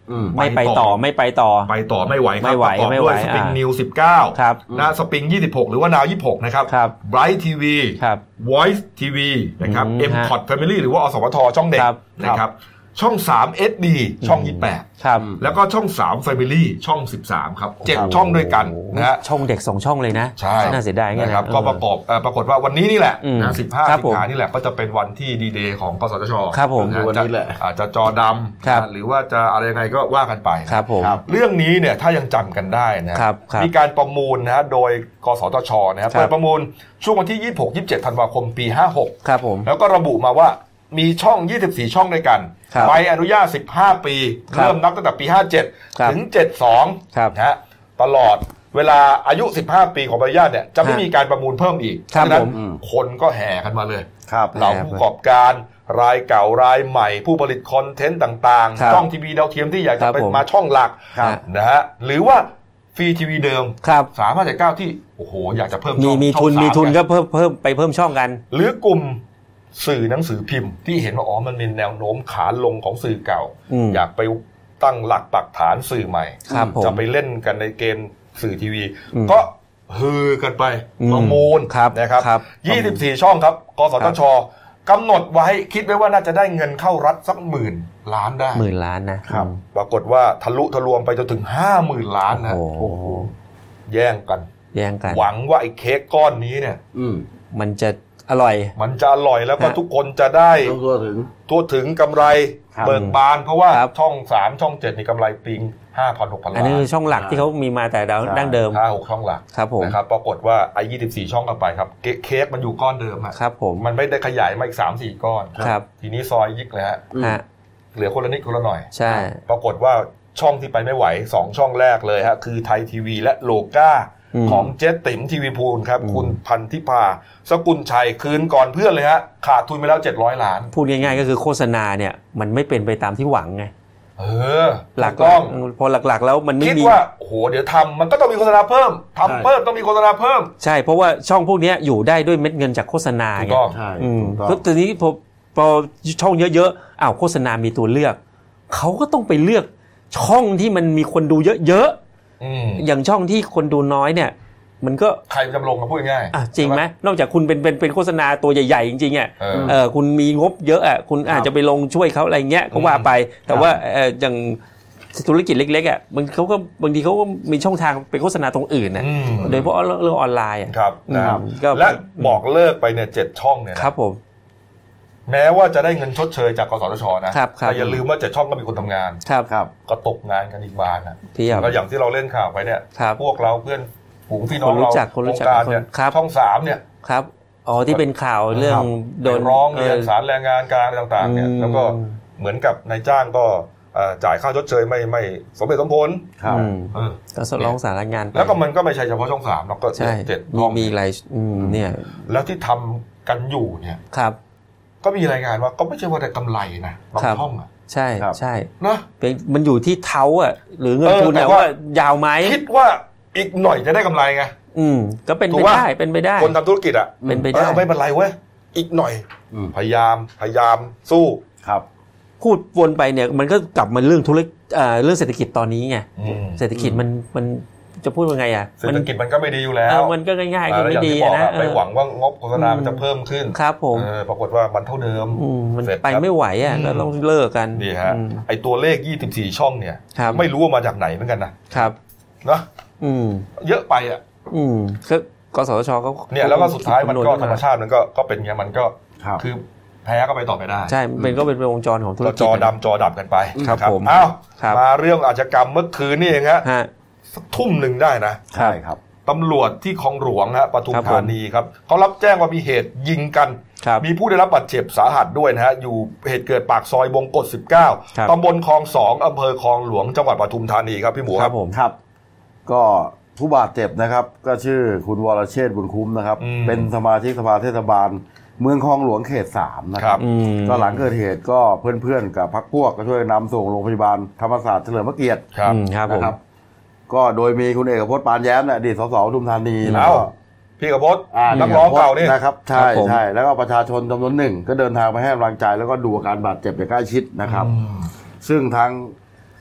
ไม่ไปต่อไม่ไปต่อไปต่อไม่ไหวครับไม่ไหวไม่ไหวสปริงนิวสิบเก้าครับนะสปริงยี่สิบหกหรือว่านาวยี่สิบหกนะครับ Bright ที วีครับ Voice ที วี นะครับ M พอร์ต Family หรือว่าอสมทช่องเด็กนะครับช่องสาม เอส ดี ช่องยี่สิบแปดครับแล้วก็ช่องสาม Family ช่องสิบสามครับเจ็ดช่องด้วยกันนะฮะช่องเด็กสองช่องเลยนะใช่น่าเสียดายงั้นนะครับก็ประกอบปรากฏว่าวันนี้นี่แหละนะสิบห้าสิงหาคมนี่แหละก็จะเป็นวันที่ดีเดย์ของกสทชครับผมวันนี้แหละอาจจะจอดำหรือว่าจะอะไรยังไงก็ว่ากันไปครับผมเรื่องนี้เนี่ยถ้ายังจำกันได้นะครับมีการประมูลนะโดยกสทชนะครับเปิดประมูลช่วงวันที่ยี่สิบหก ยี่สิบเจ็ดธันวาคมปีห้าหกครับผมแล้วก็ระบุมาว่ามีช่องยี่สิบสี่ช่องด้วยกันใบอนุญาตสิบห้าปีเริ่มนับตั้งแต่ปีห้าเจ็ดถึงเจ็ดสิบสองนะฮะตลอดเวลาอายุสิบห้าปีของใบอนุญาตเนี่ยจะไม่มีการประมูลเพิ่มอีกฉะนั้นคนก็แห่กันมาเลยเหล่าผู้ประกอบการรายเก่ารายใหม่ผู้ผลิตคอนเทนต์ต่างๆช่องทีวีดาวเทียมที่อยากจะเป็นมาช่องหลักนะฮะหรือว่าฟรีทีวีเดิมสาม ห้า เจ็ด เก้าที่โอ้โหอยากจะเพิ่มช่องมีทุนมีทุนก็เพิ่มเพิ่มไปเพิ่มช่องกันหรือกลุ่มสื่อหนังสือพิมพ์ที่เห็นว่าอ๋อมันมีแนวโน้มขาลงของสื่อเก่าอยากไปตั้งหลักปักฐานสื่อใหม่จะไปเล่นกันในเกมสื่อทีวีก็ฮือกันไปประมูลนะครับยี่สิบสี่ช่องครับกสทชกำหนดไว้คิดไว้ว่าน่าจะได้เงินเข้ารัฐสักหมื่นล้านได้หมื่นล้านนะครับปรากฏว่าทะลุทะลวงไปจนถึงห้าหมื่นล้านนะโอ้โหแย่งกันแย่งกันหวังว่าไอ้เค้กก้อนนี้เนี่ยมันจะอร่อยมันจะอร่อยแล้วก็ทุกคนจะได้ทั่วถึงทั่วถึงกำไรเบิกบานเพราะว่าช่องสามช่องเจ็ดนี่กำไรปิง ห้าพัน หกพัน ล้านอันนี้คือช่องหลักที่เขามีมาแต่ดั้งเดิมห้า หกช่องหลักครับผมนะครับปรากฏว่าไอ้ยี่สิบสี่ช่องกันไปครับเค้กมันอยู่ก้อนเดิมครับผมมันไม่ได้ขยายมาอีก สามสี่ ก้อนครับทีนี้ซอยยิกเลยฮะเหลือคนละนิดคนละหน่อยใช่ปรากฏว่าช่องที่ไปไม่ไหวสองช่องแรกเลยฮะคือไทยทีวีและโลก้าของเจ๊ติ๋มทีวีพูลครับคุณพันธิพาสกุลชัยคืนก่อนเพื่อนเลยฮะขาดทุนไปแล้วเจ็ดร้อยล้านพูดง่ายๆก็คือโฆษณาเนี่ยมันไม่เป็นไปตามที่หวังไงเออหลักต้องพอหลักๆแล้วมันไม่มีคิดว่าโอ้โหเดี๋ยวทำมันก็ต้องมีโฆษณาเพิ่มทำเพิ่มต้องมีโฆษณาเพิ่มใช่เพราะว่าช่องพวกนี้อยู่ได้ด้วยเม็ดเงินจากโฆษณาไงใช่เพราะตอนนี้พอพอช่องเยอะๆอ้าวโฆษณามีตัวเลือกเขาก็ต้องไปเลือกช่องที่มันมีคนดูเยอะๆอย่างช่องที่คนดูน้อยเนี่ยมันก็ใครจำลงมาพูดง่ายอ่ะจริงไหมนอกจากคุณเป็นเป็นเป็นโฆษณาตัวใหญ่ๆจริงๆอ่ะเออคุณมีงบเยอะอ่ะคุณอาจจะไปลงช่วยเขาอะไรเงี้ยก็ว่าไปแต่ว่าเอออย่างธุรกิจเล็กๆอ่ะบางเขาก็บางทีเขาก็มีช่องทางไปโฆษณาตรงอื่นนะโดยเฉพาะเรื่องออนไลน์อ่ะครับนะครับและบอกเลิกไปเนี่ยเจ็ดช่องเนี่ยครับผมแม้ว่าจะได้เงินชดเชยจากกสทชนะแต่อย่าลืมว่าเจ็ดช่องก็มีคนทำงานครับก็ตกงานกันอีกบานนะก็อย่างที่เราเล่นข่าวไปเนี่ยพวกเราเพื่อนฝูงพี่น้องเราโครงการเนี่ยช่องสามเนี่ยครับอ๋อที่เป็นข่าวเรื่องโดนร้องเรียนศาลแรงงานการต่างๆเนี่ยแล้วก็เหมือนกับนายจ้างก็จ่ายค่าชดเชยไม่ไม่สมเหตุสมผลครับก็ร้องศาลแรงงานแล้วก็มันก็ไม่ใช่เฉพาะช่องสามแล้วก็เจ็ดมีมีหลายเนี่ยแล้วที่ทำกันอยู่เนี่ยครับก็มีรายงานว่าก็ไม่ใช่ว่าได้กำไรนะบางช่องอ่ะใช่ใช่นะมันอยู่ที่เท้าอ่ะหรือเงินทุนเนี่ยว่ายาวไหมคิดว่าอีกหน่อยจะได้กำไรไงอืมก็เป็นไปได้เป็นไปได้คนทำธุรกิจอ่ะเป็นไปได้ไม่เป็นไรเว้ยอีกหน่อยพยายามพยายามสู้ครับพูดวนไปเนี่ยมันก็กลับมาเรื่องธุรกิจเรื่องเศรษฐกิจตอนนี้ไงเศรษฐกิจมันมันจะพูดว่าไงอ่ะเศรษฐกิจมันก็ไม่ดีอยู่แล้วมันก็ง่ายๆก็ไม่ดีนะไปหวังว่างบโฆษณามันจะเพิ่มขึ้นครับผมปรากฏว่ามันเท่าเดิมมันไปไม่ไหวอ่ะก็ต้องเลิกกันนี่ฮะไอตัวเลขยี่สิบสี่ช่องเนี่ยไม่รู้ว่ามาจากไหนเหมือนกันนะครับนะเยอะไปอ่ะอืมก็กสทชก็เนี่ยแล้วก็สุดท้ายมันก็ธรรมชาติมันก็ก็เป็นเงี้ยมันก็คือแพ้ก็ไปต่อไม่ได้ใช่เป็นก็เป็นวงจรของธุรกิจจอดำจอดับกันไปครับผมอ้าวมาเรื่องอาชญากรรมเมื่อคืนนี่เองฮะสักทุ่มหนึ่งได้นะใช่ครับตำรวจที่คลองหลวงฮะปทุมธานีครับเขารับแจ้งว่ามีเหตุยิงกันมีผู้ได้รับบาดเจ็บสาหัสด้วยนะฮะอยู่เหตุเกิดปากซอยบงกฎสิบเก้าตำบลคลองสองอำเภอคลองหลวงจังหวัดปทุมธานีครับพี่หมูครับผมครับก็ผู้บาดเจ็บนะครับก็ชื่อคุณวรเชษฐ์บุญคุ้มนะครับเป็นสมาชิกสภาเทศบาลเมืองคลองหลวงเขตสามนะครับก็หลังเกิดเหตุก็เพื่อนๆกับพรรคพวกก็ช่วยนำส่งโรงพยาบาลธรรมศาสตร์เฉลิมพระเกียรตินะครับก็โดยมีคุณเอกพจน์ปานแย้มอดีตสสปทุมธานีแล้วพี่เอกพจน์นักร้องเก่านี่นะครับใช่ใช่แล้วก็ประชาชนจำนวนหนึ่งก็เดินทางมาให้กำลังใจแล้วก็ดูอาการบาดเจ็บอย่างใกล้ชิดนะครับซึ่งทาง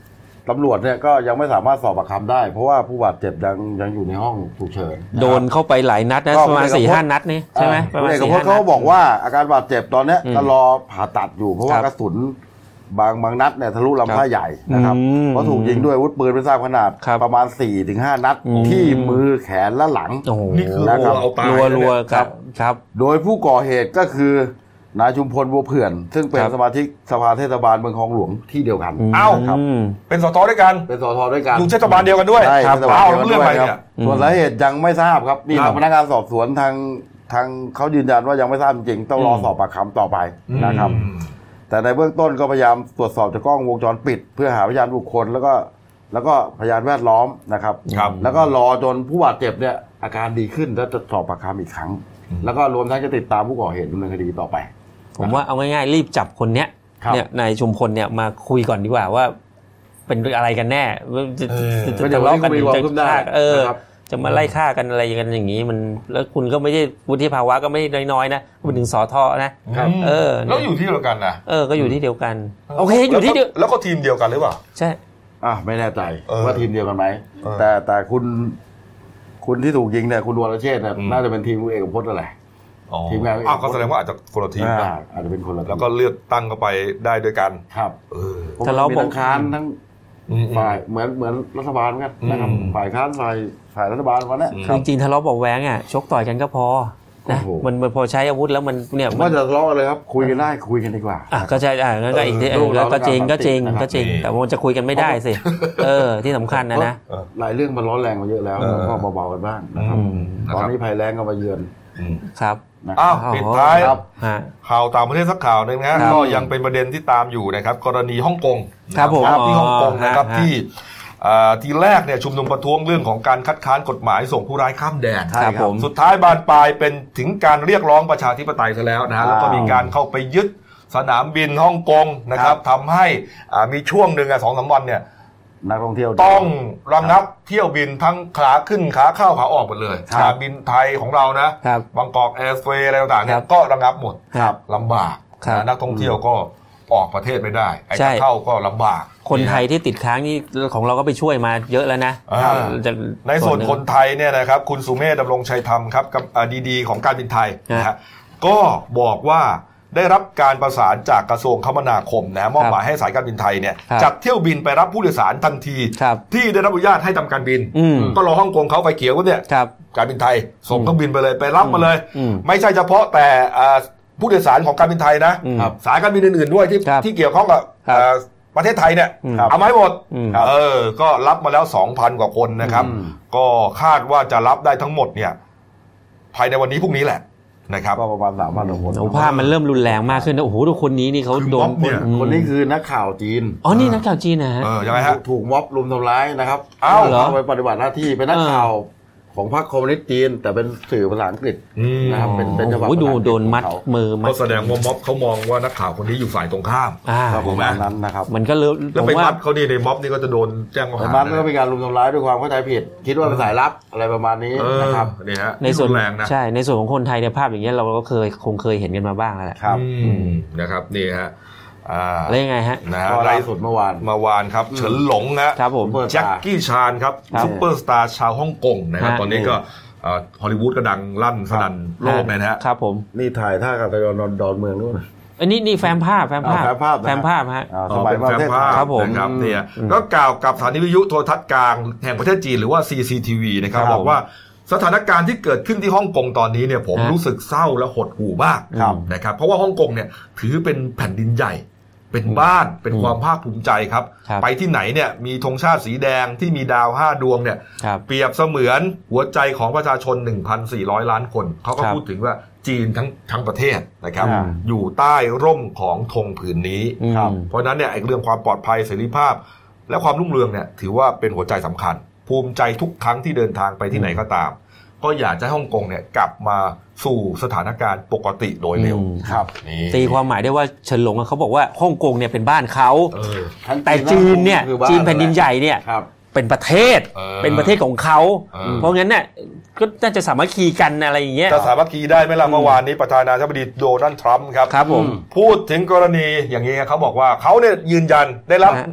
ตำรวจเนี่ยก็ยังไม่สามารถสอบปากคำได้เพราะว่าผู้บาดเจ็บยังยังอยู่ในห้องฉุกเฉินโดนเข้าไปหลายนัดนะประมาณ สี่ห้า นัดนี่ใช่ไหมประมาณสี่ห้านัดเขาบอกว่าอาการบาดเจ็บตอนนี้ก็รอผ่าตัดอยู่เพราะว่ากระสุนบางบางนัดเนี่ยทะลุลำไส้ใหญ่นะครับเพราะถูกยิงด้วยอาวุธปืนไม่ทราบขนาดประมาณ สี่ถึงห้า นัดที่มือแขนและหลังนี่คือเอาตายรัวๆครับครับโดยผู้ก่อเหตุก็คือนายชุมพลบัวเผื่อนซึ่งเป็นสมาชิกสภาเทศบาลเมืองคลองหลวงที่เดียวกันอ้าวเป็นสตด้วยกันเป็นสตด้วยกันอยู่เทศบาลเดียวกันด้วยครับอ้าวเรื่องอะไรเนี่ยส่วนสาเหตุยังไม่ทราบครับนี่พนักงานสอบสวนทางทางเขายืนยันว่ายังไม่ทราบจริงต้องรอสอบปากคำต่อไปนะครับแต่ในเบื้องต้นก็พยายามตรวจสอบจากกล้องวงจรปิดเพื่อหาพยานบุคคลแล้วก็แล้วก็พยานแวดล้อมนะครับแล้วก็รอจนผู้บาดเจ็บเนี่ยอาการดีขึ้นแล้วจะสอบปากคำอีกครั้งแล้วก็รวมทั้งจะติดตามผู้ก่อเหตุดำเนินคดีต่อไปผมว่าเอาง่ายๆรีบจับคนเนี้ยเนี่ยนายชุมพลเนี่ยมาคุยก่อนดีกว่าว่าเป็นอะไรกันแน่จะจะทะเลาะกันจะฆ่าเออจะมาไล่ฆ่ากันอะไรกันอย่างนี้มันแล้วคุณก็ไม่ใช่วุฒิภาวะก็ไม่ได้น้อยๆนะคุณถึงสทนะเออแล้วอยู่ที่เดียวกันนะเออก็อยู่ที่เดียวกันโอเคอยู่ที่เดียวแล้วก็ทีมเดียวกันหรือเปล่าใช่อ่ะไม่แน่ใจว่าทีมเดียวกันไหมแต่แต่คุณคุณที่ถูกยิงเนี่ยคุณวรเชษฐ์เนี่ยน่าจะเป็นทีมคุณเอกพจน์อะไรทีมงานอ้าวก็แสดงว่าอาจจะคนละทีมอาจจะเป็นคนละแล้วก็เลือกตั้งเข้าไปได้ด้วยกันครับเออแต่เราบอกค้านทั้งฝ่ายเหมือนเหมือนรัฐบาลกันนะครับฝ่ายค้านฝ่ายฝ่ายรัฐบาลวันนี้จริงๆทะเลาะเบาะแว้งอ่ะชกต่อยกันก็พอนะมันพอใช้อาวุธแล้วมันเนี่ยว่าจะทะเลาะเลยครับคุยกันได้คุยกันดีกว่าอ่ะก็ใช่อ่ะงั้นก็อีกทีก็จริงก็จริงก็จริงแต่มันจะคุยกันไม่ได้สิเออที่สำคัญนะนะหลายเรื่องมันร้อนแรงมาเยอะแล้วก็เบาๆกันบ้างนะครับตอนนี้ภัยแล้งก็มาเยือนครับอ้าวปิดท้ายข่าวต่างประเทศสักข่าวนึงนะก็ยังเป็นประเด็นที่ตามอยู่นะครับกรณีฮ่องกงครับผมที่ฮ่องกงนะครับที่ทีแรกเนี่ยชุมนุมประท้วงเรื่องของการคัดค้านกฎหมายส่งผู้ร้ายข้ามแดนสุดท้ายบานปลายเป็นถึงการเรียกร้องประชาธิปไตยซะแล้วนะฮะแล้วก็มีการเข้าไปยึดสนามบินฮ่องกงนะครับทำให้มีช่วงหนึ่งสองสามวันเนี่ยนักท่องเที่ยวต้องระงับเที่ยวบินทั้งขาขึ้นขาเข้าขาออกหมดเลยสนามบินไทยของเรานะบางกอกแอร์เวย์อะไรต่างๆเนี่ยก็ระงับหมดลำบากนักท่องเที่ยวก็ออกประเทศไม่ได้ไอ้เข้าก็ลำบากคนไทยที่ติดค้างนี่ของเราก็ไปช่วยมาเยอะแล้วนะในส่วนคนไทยเนี่ยนะครับคุณสุเมธดำรงชัยธรรมครับกับดีๆของการบินไทยนะฮะก็บอกว่าได้รับการประสานจากกระทรวงคมนาคมนะมอบหมายให้สายการบินไทยเนี่ยจัดเที่ยวบินไปรับผู้โดยสารทันทีที่ได้รับอนุญาตให้ทำการบินก็รอฮ่องกงเขาไฟเขียวก็เนี่ยการบินไทยส่งเครื่องบินไปเลยไปรับมาเลยไม่ใช่เฉพาะแต่ผู้โดยสารของการบินไทยนะสายการบินอื่นๆด้วยที่ที่เกี่ยวข้องกับประเทศไทยเนี่ยเอามาให้หมดเออก็รับมาแล้ว สองพัน กว่าคนนะครับก็คาดว่าจะรับได้ทั้งหมดเนี่ยภายในวันนี้พรุ่งนี้แหละนะครับก็ประมาณสามพันคนโอ้ภาพมันเริ่มรุนแรงมากขึ้นนะโอ้โหทุกคนนี้นี่เขาโดนคนนี้คือนักข่าวจีนอ๋อนี่นักข่าวจีนนะฮะเออยังไงฮะถูกม็อบรุมทำร้ายนะครับอ้าวเหรอไปปฏิบัติหน้าที่เป็นนักข่าวของพรรคคอมมิวนิสต์จีนแต่เป็นสื่อภาษาอังกฤษนะครับเป็นเป็นฉบับดูโดนมัดมือมัดแสดงว่าม็อบเขามองว่านักข่าวคนนี้อยู่ฝ่ายตรงข้ามประมาณนั้นนะครับมันก็เลยแล้วไปมัดเขานี่ในม็อบนี่ก็จะโดนแจ้งข้อหามัดก็เป็นการรุมทำร้ายด้วยความเข้าใจผิดคิดว่าเป็นสายลับอะไรประมาณนี้นะครับนี่ฮะในส่วนแรงนะใช่ในส่วนของคนไทยเนี่ยภาพอย่างเงี้ยเราก็เคยคงเคยเห็นกันมาบ้างแล้วแหละครับนะครับนี่ฮะอะไรยังไงฮะนะฮะล่าสุดเมื่อวานเมื่อวานครับเฉินหลงนะครับผมแจ็คกี้ชานครับซุปเปอร์สตาร์ชาวฮ่องกงนะครับตอนนี้ก็ฮอลลีวูดก็ดังลั่นสนั่นโลกเลยนะฮะครับผมนี่ถ่ายท่ากับตะยอนดอนเมืองนู่นอันนี้นี่แฟ้มภาพแฟ้มภาพแฟ้มภาพฮะสมัยแฟ้มภาพครับผมนะครับเนี่ยก็กล่าวกับสถานีวิทยุโทรทัศน์กลางแห่งประเทศจีนหรือว่า ซี ซี ที วี นะครับบอกว่าสถานการณ์ที่เกิดขึ้นที่ฮ่องกงตอนนี้เนี่ยผมรู้สึกเศร้าและหดหู่มากนะครับเพราะว่าฮ่องกงเนี่ยถือเป็นแผ่นดินใหญ่เป็นบ้านเป็นความภาคภูมิใจครับไปที่ไหนเนี่ยมีธงชาติสีแดงที่มีดาวห้าดวงเนี่ยเปรียบเสมือนหัวใจของประชาชน หนึ่งพันสี่ร้อย ล้านคนเขาก็พูดถึงว่าจีนทั้งทั้งประเทศนะครับอยู่ใต้ร่มของธงผืนนี้เพราะนั้นเนี่ยไอ้เรื่องความปลอดภัยเสรีภาพและความรุ่งเรืองเนี่ยถือว่าเป็นหัวใจสำคัญภูมิใจทุกครั้งที่เดินทางไปที่ไหนก็ตามก็อยากจะให้ฮ่องกงเนี่ยกลับมาสู่สถานการณ์ปกติโดยเร็วครับตีความหมายได้ว่าเฉินหลงเขาบอกว่าฮ่องกงเนี่ยเป็นบ้านเขาแต่จีนเนี่ยจีนแผ่นดินใหญ่เนี่ยเป็นประเทศเป็นประเทศของเขาเพราะงั้นเนี่ยก็น่าจะสามัคคีกันอะไรอย่างเงี้ยจะสามัคคีได้ไหมล่ะเมื่อวานนี้ประธานาธิบดีโดนัลด์ทรัมป์ครับครับผมพูดถึงกรณีอย่างนี้เขาบอกว่าเขาเนี่ยยืนยันได้รับ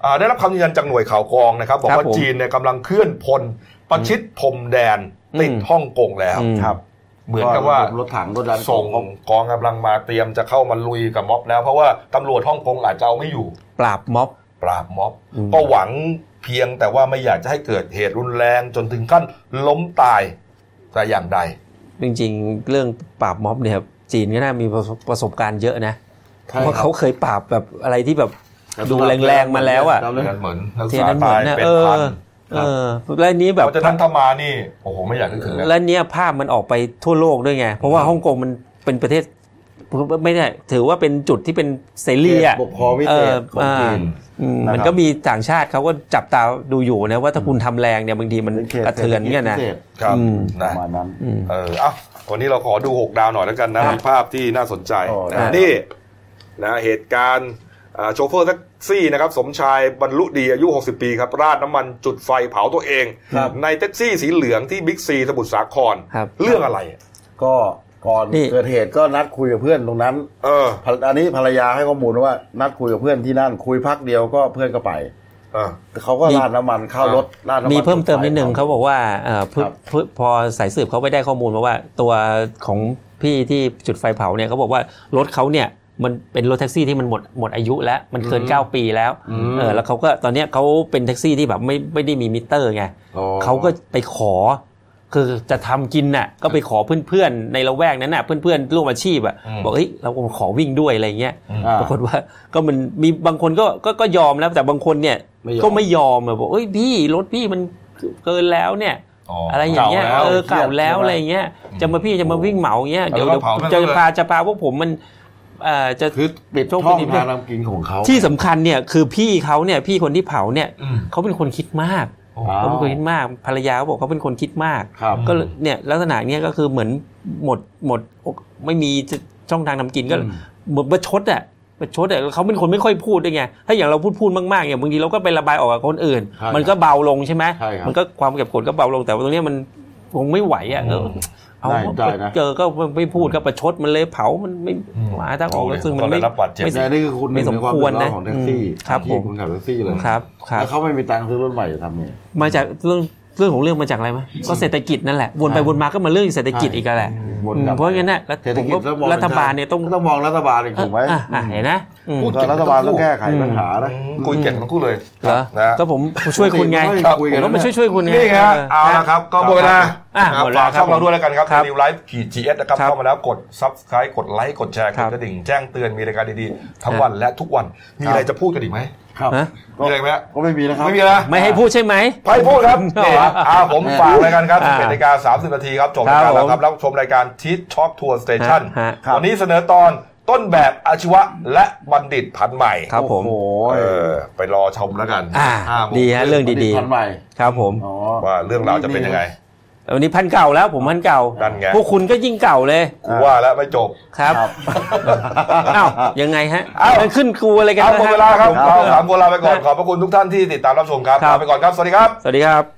ได้รับคำยืนยันจากหน่วยข่าวกรองนะครับบอกว่าจีนเนี่ยกำลังเคลื่อนพลประชิดพรมแดนติดฮ่องกงแล้วครับเหมือนกับว่ารถถังรถดันส่งกองกำลังมาเตรียมจะเข้ามาลุยกับม็อบแล้วเพราะว่าตำรวจฮ่องกงอาจจะเอาไม่อยู่ปราบม็อบปราบม็อบก็หวังเพียงแต่ว่าไม่อยากจะให้เกิดเหตุรุนแรงจนถึงขั้นล้มตายแต่อย่างใดจริงๆเรื่องปราบม็อบเนี่ยจีนก็น่ามีประสบการณ์เยอะนะเพราะเขาเคยปราบแบบอะไรที่แบบดูแรงๆมาแล้วอ่ะเหมือนเทียนเหมือนนะเออเออแล้วนี้แบบจะทั้งทมานี่โอ้โหไม่อยากนึกถึงแล้วเนี้ยภาพมันออกไปทั่วโลกด้วยไงเพราะว่าฮ่องกงมันเป็นประเทศไม่ได้ถือว่าเป็นจุดที่เป็นเสรีอ่ะปกครองพิเศษของจีนมันก็มีต่างชาติเขาก็จับตาดูอยู่นะว่าถ้าคุณทำแรงเนี่ยบางทีมันกระเทือนเนี่ยนะครับประมาณนั้นเออเอ้าวันนี้เราขอดูหกดาวหน่อยแล้วกันนะมีภาพที่น่าสนใจนี่นะเหตุการณ์โชเฟอร์แท็กซี่นะครับสมชายบรรลุดีอายุหกสิบปีครับราดน้ำมันจุดไฟเผาตัวเองในแท็กซี่สีเหลืองที่บิ๊กซีสมุทรสาครเรื่องอะไรก็ก่อนเกิดเหตุก็นัดคุยกับเพื่อนตรงนั้นเอออันนี้ภรรยาให้ข้อมูลว่านัดคุยกับเพื่อนที่นั่นคุยพักเดียวก็เพื่อนก็ไปเขาก็ราดน้ำมันเข้ารถราดน้ำมันมีเพิ่มเติมนิดนึงเขาบอกว่าพอสายสืบเขาไปได้ข้อมูลมาว่าตัวของพี่ที่จุดไฟเผาเนี่ยเขาบอกว่ารถเขาเนี่ยมันเป็นรถแท็กซี่ที่มันหมดหมดอายุแล้วมันเกินเก้าปีแล้วเออแล้วเขาก็ตอนนี้เขาเป็นแท็กซี่ที่แบบไม่ไม่ได้มีมิเตอร์ไงเขาก็ไปขอคือจะทำกินน่ะก็ไปขอเพื่อนๆในละแวกนั้นน่ะเพื่อนๆร่วมอาชีพอ่ะบอกเฮ้ยเราขอวิ่งด้วยอะไรเงี้ยปรากฏว่าก็มันมีบางคนก็ก็ก็ยอมแล้วแต่บางคนเนี่ยก็ไม่ยอมอ่ะบอกเอ้ยพี่รถพี่มันเกินแล้วเนี่ยอะไรอย่างเงี้ยเออเก่าแล้วอะไรเงี้ยจะมาพี่จะมาวิ่งเหมาเงี้ยเดี๋ยวจะพาจะพาพวกผมมันจะคือปิดช่องทางการกินของเขาที่สำคัญเนี่ยคือพี่เขาเนี่ยพี่คนที่เผาเนี่ยเขาเป็นคนคิดมากเขาเป็นคนคิดมากภรรยาเขาบอกเขาเป็นคนคิดมากก็เนี่ยลักษณะเนี้ยก็คือเหมือนหมดหมดไม่มีช่องทางทำกินก็หมดประชดอ่ะประชดอ่ะเขาเป็นคนไม่ค่อยพูดด้วยไงถ้าอย่างเราพูดพูดมากๆอย่างบางทีเราก็ไประบายออกกับคนอื่นมันก็เบาลงใช่ไหมมันก็ความเก็บกดก็เบาลงแต่ว่าตรงนี้มันคงไม่ไหวอ่ะเอาเจอก็ไม่พูดก็ประชดมันเลยเผามันไม่หาทางออกแล้วซึ่งมันไม่ไม่นี่คือคุณไม่สมควรนะของแท็กซี่ครับผมคุณขับแท็กซี่เลยครับแล้วเขาไม่มีตังค์ซื้อรถใหม่จะทำไงมาจากเรื่องเรื่องของเรื่องมาจากอะไรมั้ยก็เศรษฐกิจนั่นแหละวนไปวนมาก็มาเรื่องเศรษฐกิจอีกแหละเพราะงั้นน่ะผมว่ารัฐบาลเนี่ยต้องต้องมองรัฐบาลถูกมั้ยอ่ะเห็นนะพูดรัฐบาลต้องแก้ไขปัญหานะคุยเก่งทั้งคู่เลยนะก็ผมช่วยคุณไงผมก็มาช่วยๆคุณไงนี่ไงเอาละครับก็หมดเวลาฝากช่องเราด้วยแล้วกันครับ New Life ขีด จี เอส นะครับเข้ามาแล้วกด Subscribe กดไลค์กดแชร์กดกระดิ่งแจ้งเตือนมีรายการดีๆทั้งวันและทุกวันมีอะไรจะพูดกันอีกมั้ยครับมีอะไรไหมก็ไม่มีนะครับไม่มีนะไม่ให้พูดใช่ไหมไม่พูดครับนี่อ่าผมฝากรายการครับ สิบเอ็ดนาฬิกาสามสิบนาทีครับจบรายการแล้วครับแล้วชมรายการ Teach Talk Tour Station วันนี้เสนอตอนต้นแบบอาชีวะและบัณฑิตพันธุ์ใหม่ครับผมเออไปรอชมแล้วกันดีฮะเรื่องดีๆพันธุ์ใหม่ครับผมว่าเรื่องราวจะเป็นยังไงวันนี้พันเก่าแล้วผมพันเก่าพวกคุณก็ยิ่งเก่าเลยกูว่าแล้วไม่จบครับอ้าวยังไงฮะมันขึ้นครูอะไรกันนะหมดเวลาครับเราสามคนลาไปก่อนขอบพระคุณทุกท่านที่ติดตามรับชมครับลาไปก่อนครับสวัสดีครับสวัสดีครับ